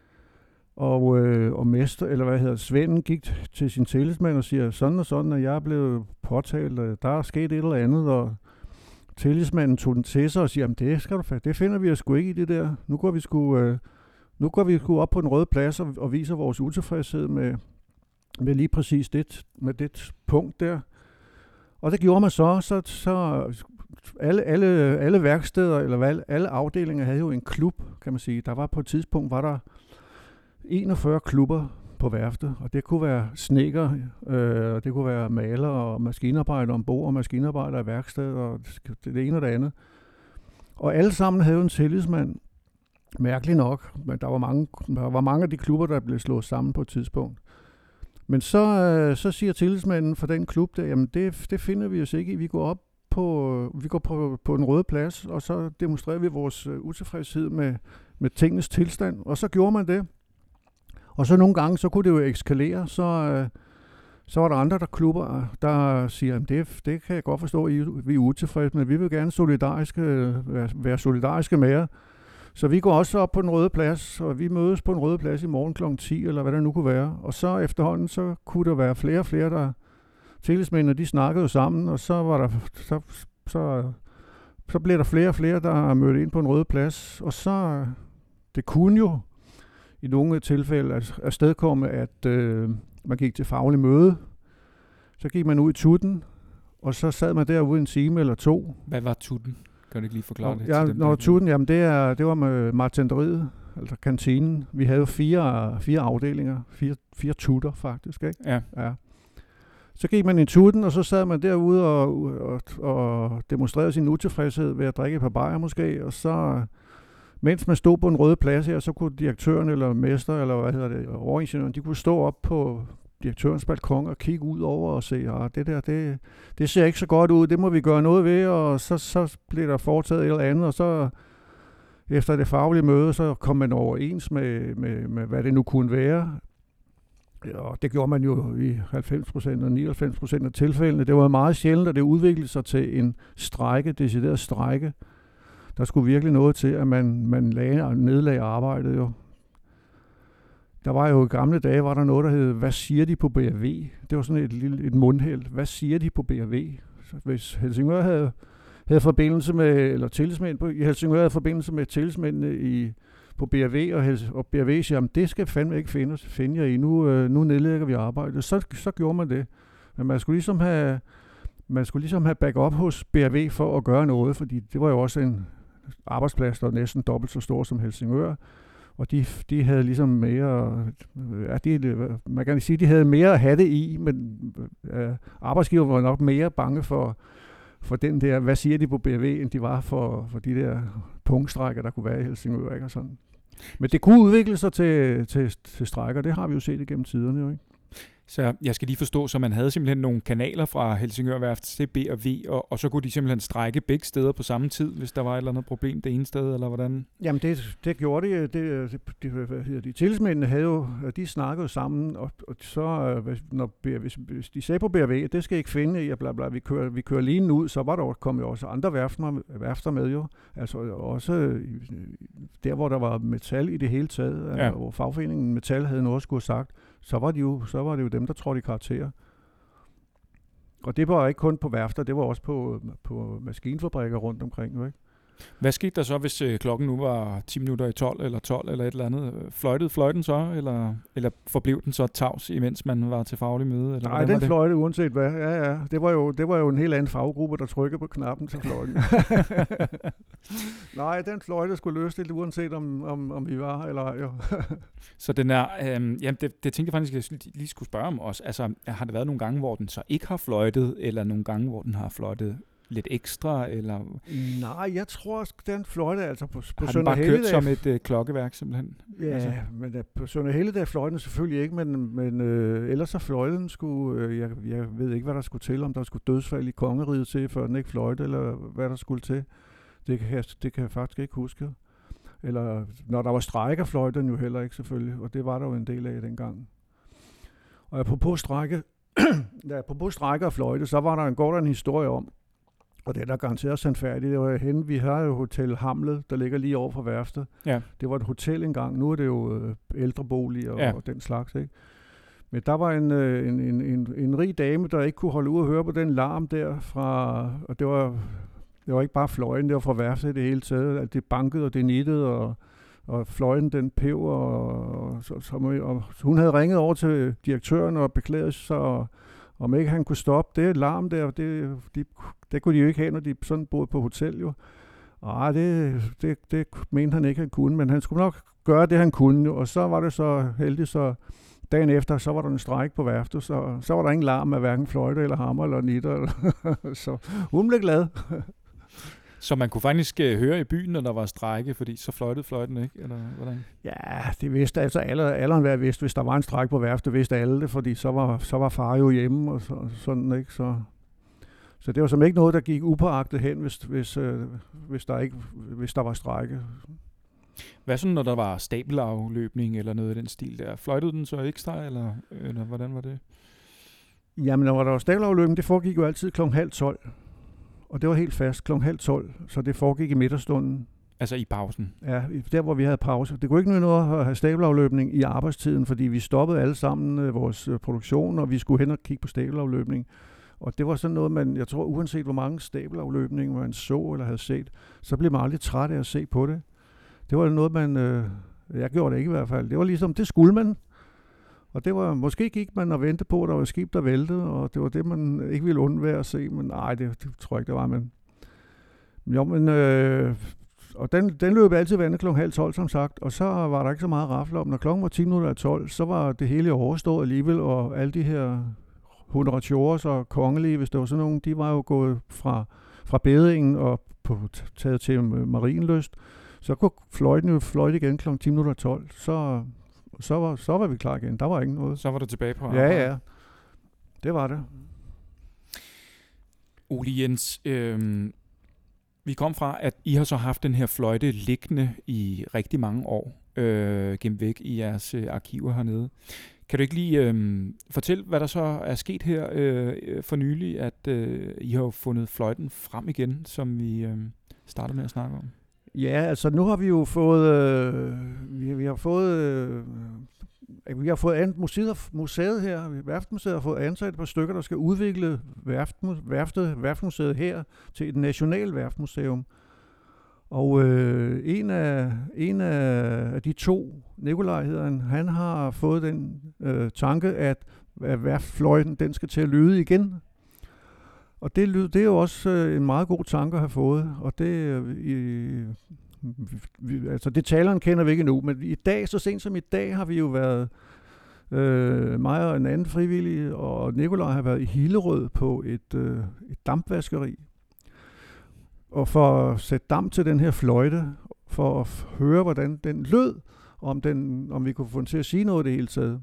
C: Og, øh, og mester, eller hvad hedder svenden, gik til sin tillidsmand og siger, sådan og sådan, at jeg er blevet påtalt, der er sket et eller andet, og tillidsmanden tog den til sig og siger, det skal du fat, det finder vi sgu ikke i det der. Nu går vi sgu, øh, nu går vi sgu op på den røde plads og, og viser vores utilfredshed med, med lige præcis det, med det punkt der. Og det gjorde man så, så, så alle, alle, alle værksteder, eller alle afdelinger havde jo en klub, kan man sige. Der var på et tidspunkt, var der enogfyrre klubber på værftet, og det kunne være snedker, øh, det kunne være maler og maskinarbejdere ombord, og maskinarbejdere i værkstedet, og det, det ene og det andet. Og alle sammen havde en tillidsmand, mærkeligt nok, men der var mange, der var mange af de klubber, der blev slået sammen på et tidspunkt. Men så, øh, så siger tillidsmanden for den klub der, jamen det, det finder vi os ikke i. Vi går op på, vi går på, på en røde plads, og så demonstrerer vi vores uh, utilfredshed med, med tingens tilstand. Og så gjorde man det. Og så nogle gange, så kunne det jo ekskalere, så, øh, så var der andre der klubber, der siger, det, det kan jeg godt forstå, I, vi er utilfredse, men vi vil gerne solidariske, være, være solidariske med jer. Så vi går også op på den røde plads, og vi mødes på den røde plads i morgen klokken ti, eller hvad det nu kunne være. Og så efterhånden, så kunne der være flere og flere, der tillidsmændene, de snakkede jo sammen, og så var der, så, så, så blev der flere og flere, der mødte ind på en røde plads. Og så, det kunne jo i nogle tilfælde afstedkomme, at øh, man gik til faglig møde. Så gik man ud i tutten, og så sad man derude en time eller to.
B: Hvad var tutten? Kan du ikke lige forklare
C: og,
B: det?
C: Ja,
B: til dem,
C: når tutten, jamen det, er, det var med martenderiet, altså kantinen. Vi havde jo fire, fire afdelinger, fire, fire tutter faktisk, ikke?
B: Ja.
C: Ja. Så gik man i tutten, og så sad man derude og, og, og demonstrerede sin utilfredshed ved at drikke et par bajer måske, og så, mens man stod på en røde plads her, så kunne direktøren eller mester, eller hvad hedder det, overingeniøren, de kunne stå op på direktørens balkon og kigge ud over og se, at det der, det, det ser ikke så godt ud, det må vi gøre noget ved, og så, så blev der foretaget et eller andet, og så efter det faglige møde, så kom man overens med, med, med hvad det nu kunne være. Og det gjorde man jo i halvfems procent og nioghalvfems procent af tilfældene. Det var meget sjældent, at det udviklede sig til en strejke, decideret strejke. Der skulle virkelig noget til, at man, man lagde og nedlagde arbejdet jo. Der var jo i gamle dage, var der noget, der hed, hvad siger de på B R V? Det var sådan et lille et mundheld. Hvad siger de på B R V? Så hvis Helsingør havde, havde forbindelse med, eller tillidsmænd på, i Helsingør havde forbindelse med tillidsmændene i, på B R V, og, Hels, og B R V siger, jamen det skal fandme ikke finde, finde jer i, nu, øh, nu nedlægger vi arbejdet. Så, så gjorde man det. Men man skulle ligesom have man skulle ligesom have backup hos B R V for at gøre noget, fordi det var jo også en arbejdsplads, der var næsten dobbelt så stor som Helsingør. Og de, de havde ligesom mere, ja, de, man kan sige, de havde mere at have det i, men øh, arbejdsgiver var nok mere bange for, for den der, hvad siger de på B R V, end de var for, for de der punktstrækker, der kunne være i Helsingør, ikke? Og sådan. Men det kunne udvikle sig til, til, til strækker, det har vi jo set igennem tiderne, jo, ikke?
B: Så jeg skal lige forstå, så man havde simpelthen nogle kanaler fra Helsingør Værft til B og V, og, og så kunne de simpelthen strække begge steder på samme tid, hvis der var et eller andet problem det ene sted, eller hvordan?
C: Jamen det, det gjorde de. Det, det, hvad hedder de tillidsmændene havde jo, de snakkede sammen, og, og så, når, hvis, hvis de sagde på B og V, det skal I ikke finde i, bla bla, vi kører, vi kører linen ud, så var der kommet også andre værfter, værfter med jo. Altså også der, hvor der var metal i det hele taget, ja. Hvor fagforeningen Metal havde noget at skulle have sagt, så var, de jo, så var det jo dem, der trådte i karakter. Og det var ikke kun på værfter, det var også på, på maskinfabrikker rundt omkring. Jo, ikke?
B: Hvad skete der så, hvis øh, klokken nu var ti minutter i tolv eller tolv eller et eller andet? Fløjtede fløjten så, eller, eller forblev den så tavs, imens man var til faglig møde? Eller
C: Nej, den fløjtede uanset hvad. Ja, ja. Det var, jo, det var jo en helt anden faggruppe, der trykkede på knappen til fløjten. Nej, den fløjte skulle løse det, uanset om, om, om vi var eller ej.
B: Så den er, øh, jamen det, det tænkte jeg faktisk, at jeg lige skulle spørge om også. Altså, har der været nogle gange, hvor den så ikke har fløjtet, eller nogle gange, hvor den har fløjtet lidt ekstra, eller?
C: Nej, jeg tror, den fløjte altså på, på
B: har
C: Sønder
B: den bare kørt som et øh, klokkeværk, simpelthen?
C: Ja, altså. Men uh, på Sønder Helligdag fløjten selvfølgelig ikke, men, men øh, ellers så fløjten skulle, øh, jeg, jeg ved ikke, hvad der skulle til, om der skulle dødsfald i kongeriget til, før den ikke fløjte, eller hvad der skulle til. Det kan jeg, det kan jeg faktisk ikke huske. Eller når der var strejker, fløjte den jo heller ikke selvfølgelig, og det var der jo en del af dengang. Og apropos strække, ja, apropos strækker og fløjte, så var der en, går der en historie om, og det er der garanteret sandfærdigt. Det var henne, vi har jo Hotel Hamlet, der ligger lige over for værftet. Ja. Det var et hotel engang. Nu er det jo øh, ældreboliger og, ja. og den slags, ikke? Men der var en, øh, en, en, en, en rig dame, der ikke kunne holde ud og høre på den larm der fra, og det var, det var ikke bare fløjen, det var fra værftet i det hele taget. At det bankede og det nittede, og, og fløjen den pev, og, og, så, så, og hun havde ringet over til direktøren og beklaget sig, og om ikke han kunne stoppe det larm der, det, de, det kunne de jo ikke have, når de sådan boede på hotel jo. Ah, det, det, det mente han ikke, han kunne, men han skulle nok gøre det, han kunne jo. Og så var det så heldigt, så dagen efter, så var der en strejke på værftet, så, så var der ingen larm af hverken fløjte eller hammer eller nitter. Så hun blev glad.
B: Så man kunne faktisk uh, høre i byen, når der var strejke, fordi så fløjtede fløjten ikke, eller hvordan?
C: Ja, det vidste altså alle, alle hver vidste, hvis der var en strejke på værftet, vidste alle det, fordi så var, så var far jo hjemme og så, sådan, ikke? Så, så det var som ikke noget, der gik upåagtet hen, hvis, hvis, øh, hvis, der ikke, hvis der var strejke.
B: Hvad så, når der var stabelafløbning eller noget i den stil der? Fløjtede den så ekstra, eller, eller hvordan var det?
C: Jamen, når der var stabelafløbning, det foregik jo altid klokken halv tolv. Og det var helt fast klokken halv tolv, så det foregik i midterstunden.
B: Altså i pausen?
C: Ja, der hvor vi havde pause. Det kunne ikke noget at have stabelafløbning i arbejdstiden, fordi vi stoppede alle sammen vores produktion, og vi skulle hen og kigge på stabelafløbning. Og det var sådan noget, man, jeg tror, uanset hvor mange stabelafløbninger man så eller havde set, så blev man aldrig træt af at se på det. Det var noget, man, øh, jeg gjorde det ikke i hvert fald. Det var ligesom, det skulle man. Og det var, måske gik man og ventede på, at der var et skib, der væltede, og det var det, man ikke ville undvære at se, men nej, det, det tror jeg ikke, det var, men jo, men, øh, og den, den løb altid vandet klokken halv tolv, som sagt, og så var der ikke så meget rafle om. Når klokken var ti minutter af tolv, så var det hele overstået alligevel, og alle de her honoratiorer og kongelige, hvis det var sådan nogen, de var jo gået fra, fra bedingen og på, taget til Marienlyst. Så kunne fløjten jo fløjte igen klokken ti minutter af tolv, så Så var, så var vi klar igen. Der var ikke noget.
B: Så var du tilbage på arbejde.
C: Ja, ja. Det var det.
B: Ole Jens, øh, vi kom fra, at I har så haft den her fløjte liggende i rigtig mange år, øh, gemt væk i jeres øh, arkiver hernede. Kan du ikke lige øh, fortælle, hvad der så er sket her øh, for nylig, at øh, I har fundet fløjten frem igen, som vi øh, startede med at snakke om?
C: Ja, altså nu har vi jo fået, øh, vi, vi har fået, øh, vi har fået andet museet, museet her, Værftmuseet har fået ansat et par stykker, der skal udvikle værft, værftet, Værftmuseet her til et nationalt værftmuseum. Og øh, en, af, en af de to, Nikolaj hedder han, han har fået den øh, tanke, at, at værftfløjten, den skal til at lyde igen. Og det, lyd, det er jo også øh, en meget god tanke at have fået, og det, øh, vi, altså det taleren kender vi ikke endnu, men i dag, så sent som i dag, har vi jo været, øh, mig og en anden frivillig, og Nikolaj har været i Hillerød på et, øh, et dampvaskeri, og for at sætte damp til den her fløjte, for at høre, hvordan den lød, om, den, om vi kunne få den til at sige noget i det hele taget.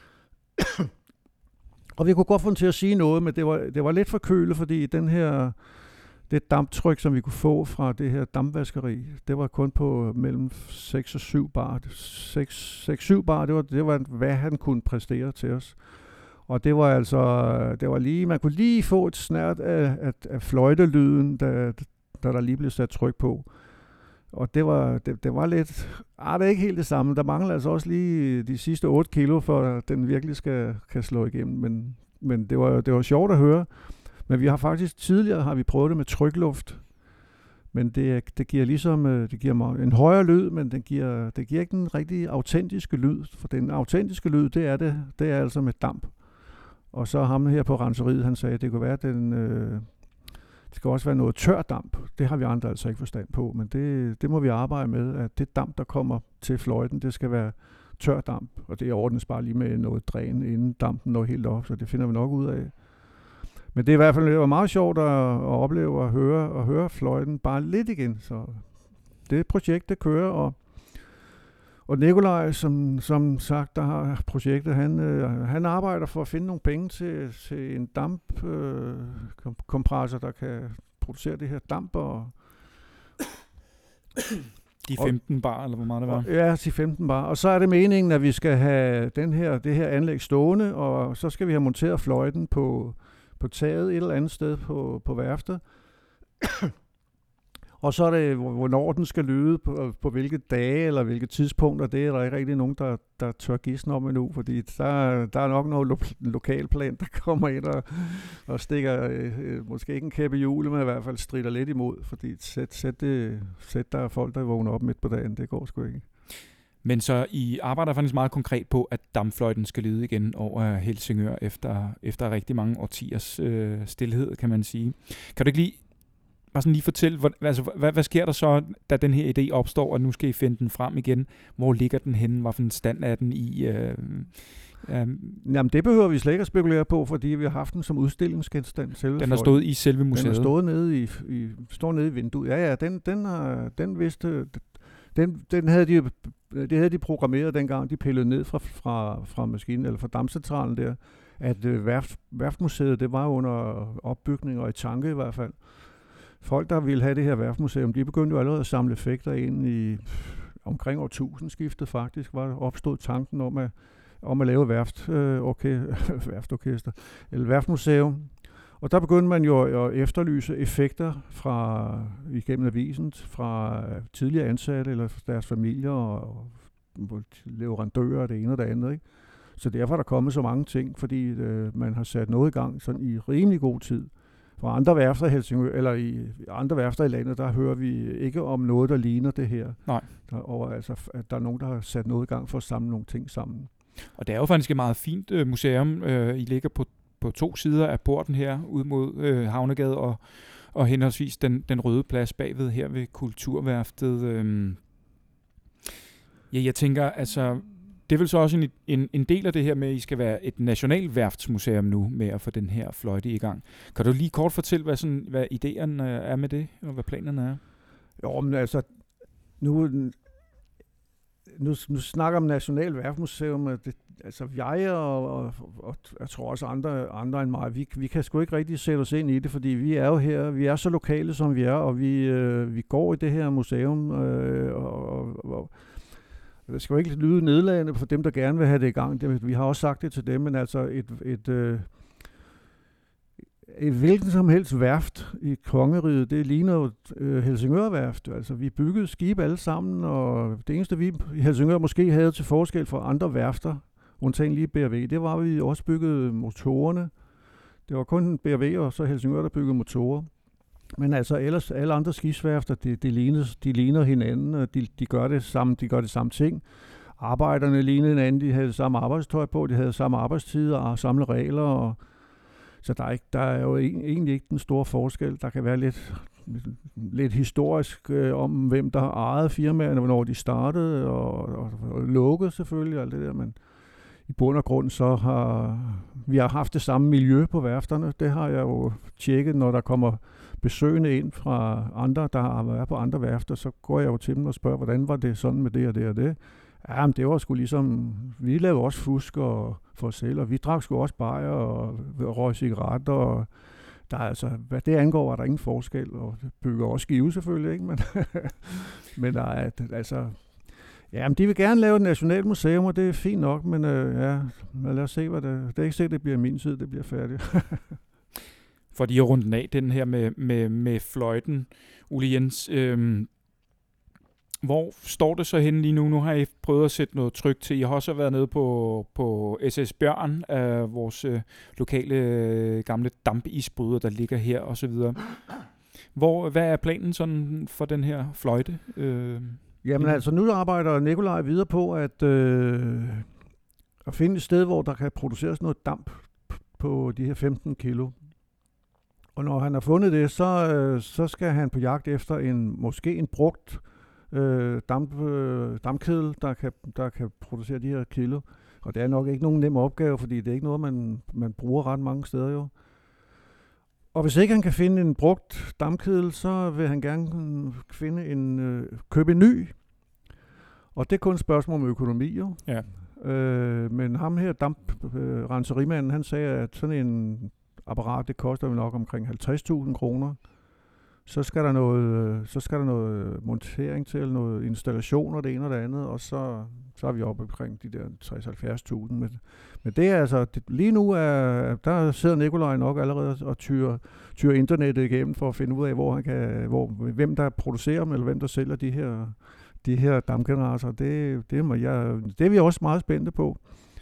C: Og vi kunne godt få den til at sige noget, men det var, det var lidt for køle, fordi den her, det damptryk, som vi kunne få fra det her dampvaskeri, det var kun på mellem seks og syv bar. seks syv bar, det var, det var, hvad han kunne præstere til os. Og det var altså, det var lige, man kunne lige få et snært af, af, af fløjtelyden, da, da der lige blev sat tryk på. Og det var, det, det var lidt, ah, det er ikke helt det samme. Der mangler altså også lige de sidste otte kilo, for at den virkelig skal, kan slå igennem. Men, men det var, det var sjovt at høre. Men vi har faktisk, tidligere har vi prøvet det med trykluft. Men det, det giver ligesom, det giver en højere lyd, men det giver, det giver ikke den rigtige autentiske lyd. For den autentiske lyd, det er det, det er altså med damp. Og så ham her på renseriet, han sagde, at det kunne være, at den... Øh, Det skal også være noget tør damp. Det har vi andre altså ikke forstand på, men det, det må vi arbejde med, at det damp, der kommer til fløjten, det skal være tør damp, og det ordnes bare lige med noget dræn, inden dampen når helt op, så det finder vi nok ud af. Men det er i hvert fald det var meget sjovt at, at opleve og høre, og høre fløjten bare lidt igen, så det projekt, det kører, og Og Nikolaj, som, som sagt, der har projektet, han, øh, han arbejder for at finde nogle penge til, til en dampkompressor, øh, der kan producere det her damp. Og
B: de femten bar, eller hvor meget det var?
C: Og, ja, de femten bar. Og så er det meningen, at vi skal have den her, det her anlæg stående, og så skal vi have monteret fløjten på, på taget et eller andet sted på, på værftet. Og så er det, hvornår den skal lyde, på, på hvilke dage eller hvilke tidspunkter, det er der ikke rigtig nogen, der, der tør gisne om endnu, fordi der, der er nok noget lo- lokalplan, der kommer ind og, og stikker, øh, måske ikke en kæppe i hjulet, men i hvert fald strider lidt imod, fordi sæt, sæt, det, sæt der er folk, der vågner op midt på dagen, det går sgu ikke.
B: Men så I arbejder faktisk meget konkret på, at dampfløjten skal lyde igen over Helsingør efter, efter rigtig mange årtiers øh, stilhed, kan man sige. Kan du ikke lige Bare sådan lige fortælle, hvad, altså, hvad, hvad sker der så, da den her idé opstår, og nu skal I finde den frem igen? Hvor ligger den henne? Hvad for en stand er den i? Øh, øh,
C: Jamen det behøver vi slet ikke at spekulere på, fordi vi har haft den som udstillingsgenstand. Selve
B: den har stået i selve museet?
C: Den har stået nede i, i, står nede i vinduet. Ja, ja, den, den, har, den vidste... Den, den havde de, det havde de programmeret dengang, de pillede ned fra, fra, fra maskinen, eller fra dampcentralen der, at øh, værft, værftmuseet, det var under opbygning og i tanke i hvert fald. Folk, der ville have det her værftmuseum, de begyndte jo allerede at samle effekter ind i omkring årtusindskiftet faktisk, var opstod tanken om at, om at lave værft, øh, okay, værftorkester, eller værftmuseum. Og der begyndte man jo at efterlyse effekter fra, igennem avisen fra tidligere ansatte eller deres familier og, og leverandører og det ene og det andet, ikke? Så derfor er der kommet så mange ting, fordi øh, man har sat noget i gang sådan i rimelig god tid. Fra andre værfter i Helsingør, eller i andre værfter i landet, der hører vi ikke om noget, der ligner det her.
B: Nej.
C: Der, og altså, at der er nogen, der har sat noget i gang for at samle nogle ting sammen.
B: Og det er jo faktisk et meget fint øh, museum. Øh, I ligger på, på to sider af porten her, ud mod øh, Havnegade og, og henholdsvis den, den røde plads bagved her ved Kulturværftet. Øh. Ja, jeg tænker, altså... Det er vel så også en, en, en del af det her med, at I skal være et nationalværftsmuseum nu med at få den her fløjte i gang. Kan du lige kort fortælle, hvad, sådan, hvad idéerne er med det, og hvad planerne er?
C: Jo, men altså, nu, nu, nu snakker om nationalværftsmuseum, det, altså jeg og, og, og jeg tror også andre, andre end mig, vi, vi kan sgu ikke rigtig sætte os ind i det, fordi vi er jo her, vi er så lokale som vi er, og vi, øh, vi går i det her museum, øh, og, og, og det skal jo ikke lyde nedladende for dem, der gerne vil have det i gang. Det, vi har også sagt det til dem, men altså et, et, øh, et hvilken som helst værft i kongeriget, det ligner jo øh, Helsingør-værft. Altså vi byggede skibe alle sammen, og det eneste vi i Helsingør måske havde til forskel fra andre værfter, undtagen lige B R V, det var, at vi også byggede motorerne. Det var kun B R V og så Helsingør, der byggede motorer. Men altså ellers alle andre skibsværfter, de, de, ligner, de ligner hinanden, og de, de, gør det samme, de gør det samme ting. Arbejderne lignede hinanden, de havde samme arbejdstøj på, de havde samme arbejdstider og samme regler. Og Så der er, ikke, der er jo egentlig ikke den store forskel. Der kan være lidt, lidt historisk øh, om, hvem der har ejet firmaerne, hvornår de startede, og, og, og lukket selvfølgelig, og alt det der, men i bund og grund så har vi har haft det samme miljø på værfterne. Det har jeg jo tjekket, når der kommer besøgende ind fra andre, der har været på andre værfter, så går jeg jo til dem og spørger, hvordan var det sådan med det og det og det. Ja, men det var sgu ligesom, vi lavede også fusk og for os selv, og vi drak sgu også bajer og røg cigaretter, og der er altså, hvad det angår, er der ingen forskel, og det bygger også skive selvfølgelig, ikke? Men, men der er, altså, ja, men de vil gerne lave et nationalmuseum, og det er fint nok, men øh, ja, lad os se, hvad det, det er ikke sikkert, det bliver min tid, det bliver færdigt.
B: For lige at runde den af, den her med, med, med fløjten, Ole Jens, øhm, hvor står det så henne lige nu? Nu har I prøvet at sætte noget tryk til. Jeg har også været nede på, på S S Bjørn, af vores øh, lokale øh, gamle dampisbryder, der ligger her og så videre. Hvor, hvad er planen sådan for den her fløjte? Øh,
C: Jamen altså, nu arbejder Nikolaj videre på at, øh, at finde et sted, hvor der kan produceres noget damp på de her femten kilo. Og når han har fundet det, så, øh, så skal han på jagt efter en måske en brugt øh, damp, øh, dampkedel, der kan, der kan producere de her kilo. Og det er nok ikke nogen nem opgave, fordi det er ikke noget, man, man bruger ret mange steder jo. Og hvis ikke han kan finde en brugt dampkedel, så vil han gerne finde en, øh, købe en ny. Og det er kun et spørgsmål om økonomi jo.
B: Ja.
C: Øh, men ham her, damprenserimmanden, øh, han sagde, at sådan en apparat, det koster jo nok omkring halvtreds tusind kroner. Så skal der noget, så skal der noget montering til, noget installation og det ene og det andet, og så, så er vi oppe omkring de der tres til halvfjerds tusind. Men, men det er altså, det, lige nu er, der sidder Nikolaj nok allerede og tyrer, tyrer internettet igennem for at finde ud af, hvor han kan, hvor, hvem der producerer dem, eller hvem der sælger de her, de her dampgeneratorer. Det, det, må jeg, det er vi også meget spændte på.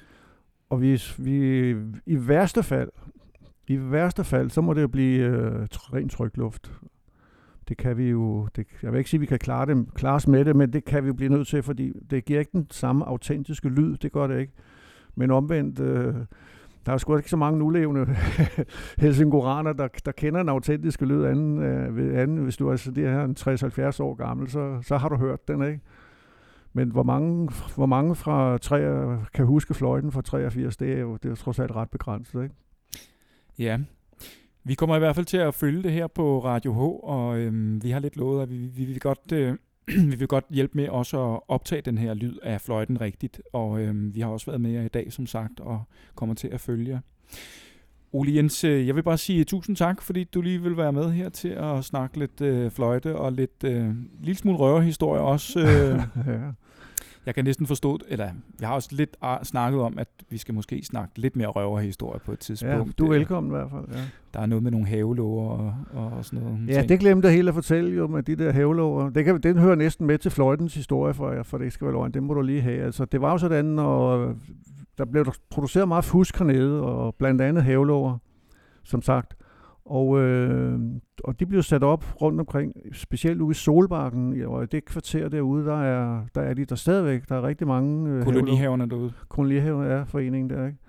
C: Og hvis vi i værste fald, i værste fald, så må det jo blive øh, ren trykluft. Det kan vi jo, det, jeg vil ikke sige, at vi kan klare, det, klare os med det, men det kan vi blive nødt til, fordi det giver ikke den samme autentiske lyd, det gør det ikke. Men omvendt, øh, der er sgu ikke så mange nulevende helsingoraner, der, der kender den autentiske lyd anden, øh, anden. Hvis du er altså det her tres til halvfjerds år gammel, så, så har du hørt den, ikke? Men hvor mange, hvor mange fra tre, kan huske fløjten fra treogfirs, det er jo, det er trods alt ret begrænset, ikke?
B: Ja, vi kommer i hvert fald til at følge det her på Radio H, og øhm, vi har lidt lovet, at vi, vi, vil godt, øh, vi vil godt hjælpe med også at optage den her lyd af fløjten rigtigt, og øhm, vi har også været med jer i dag, som sagt, og kommer til at følge jer. Ole Jens, jeg vil bare sige tusind tak, fordi du lige vil være med her til at snakke lidt øh, fløjte og lidt øh, lille smule røverhistorie også. Øh.
C: Ja.
B: Jeg kan næsten forstå, eller jeg har også lidt snakket om, at vi skal måske snakke lidt mere røverhistorie på et tidspunkt.
C: Ja, du er velkommen i hvert fald. Ja.
B: Der er noget med nogle havelåger og, og sådan noget.
C: Ja, ting. Det glemte jeg helt at fortælle jo med de der havelåger. Det kan, den hører næsten med til fløjtens historie, for, for det skal være løgn. Det må du lige have. Altså, det var jo sådan, når der blev produceret meget fusk hernede, og blandt andet havelåger, som sagt. Og, øh, og de blev sat op rundt omkring, specielt ude i Solbakken, og i det kvarter derude, der er, der er de der stadigvæk. Der er rigtig mange øh,
B: kolonihaverne derude.
C: Kolonihaver er foreningen der, ikke?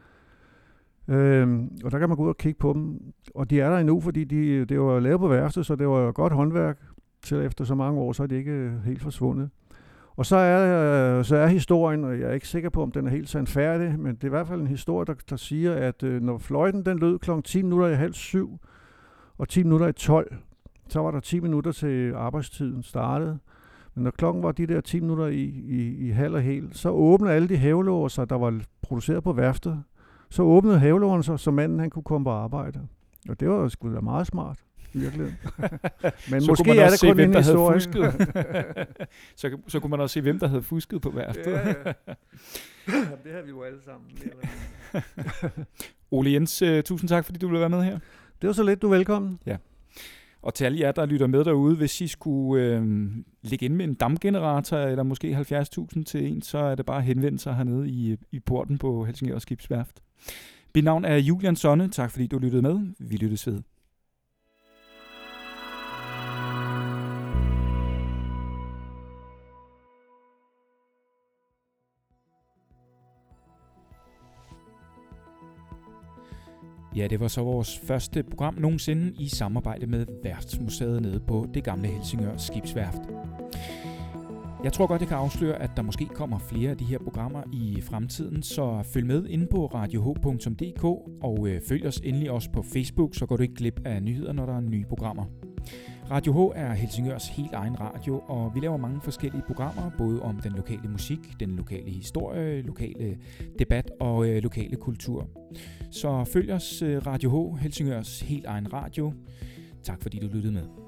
C: Øhm, og der kan man gå ud og kigge på dem. Og de er der endnu, fordi de, det var lavet på værftet, så det var godt håndværk. Til efter så mange år, så er de ikke helt forsvundet. Og så er, så er historien, og jeg er ikke sikker på, om den er helt sandfærdig, men det er i hvert fald en historie, der, der siger, at øh, når fløjten den lød klokken ti minutter i halv syv, og ti minutter i tolv, så var der ti minutter til arbejdstiden startede. Men når klokken var de der ti minutter i, i, i halv og hel, så åbnede alle de havelåger sig, der var produceret på værftet. Så åbnede havelågerne sig, så manden han kunne komme på arbejde. Og det var sgu da meget smart, i virkeligheden. Men
B: så
C: måske
B: man
C: er det
B: se,
C: kun
B: hvem,
C: en historie.
B: så, så kunne man også se, hvem der havde fusket på værftet.
C: Ja, ja. Jamen, det har vi jo alle sammen.
B: Ole Jens, uh, tusind tak, fordi du ville være med her.
C: Det var så lidt, du er velkommen.
B: Ja. Og til alle jer, der lytter med derude, hvis I skulle øh, ligge ind med en dampgenerator, eller måske halvfjerds tusind til en, så er det bare at henvende sig hernede i, i porten på Helsingør Skibsværft. Mit navn er Julian Sonne. Tak fordi du lyttede med. Vi lyttes ved. Ja, det var så vores første program nogensinde i samarbejde med Værftsmuseet nede på det gamle Helsingør Skibsværft. Jeg tror godt, jeg kan afsløre, at der måske kommer flere af de her programmer i fremtiden, så følg med inde på radio h punktum d k og øh, følg os endelig også på Facebook, så går du ikke glip af nyheder, når der er nye programmer. Radio H er Helsingørs helt egen radio, og vi laver mange forskellige programmer, både om den lokale musik, den lokale historie, lokale debat og øh, lokale kultur. Så følg os, øh, Radio H, Helsingørs helt egen radio. Tak fordi du lyttede med.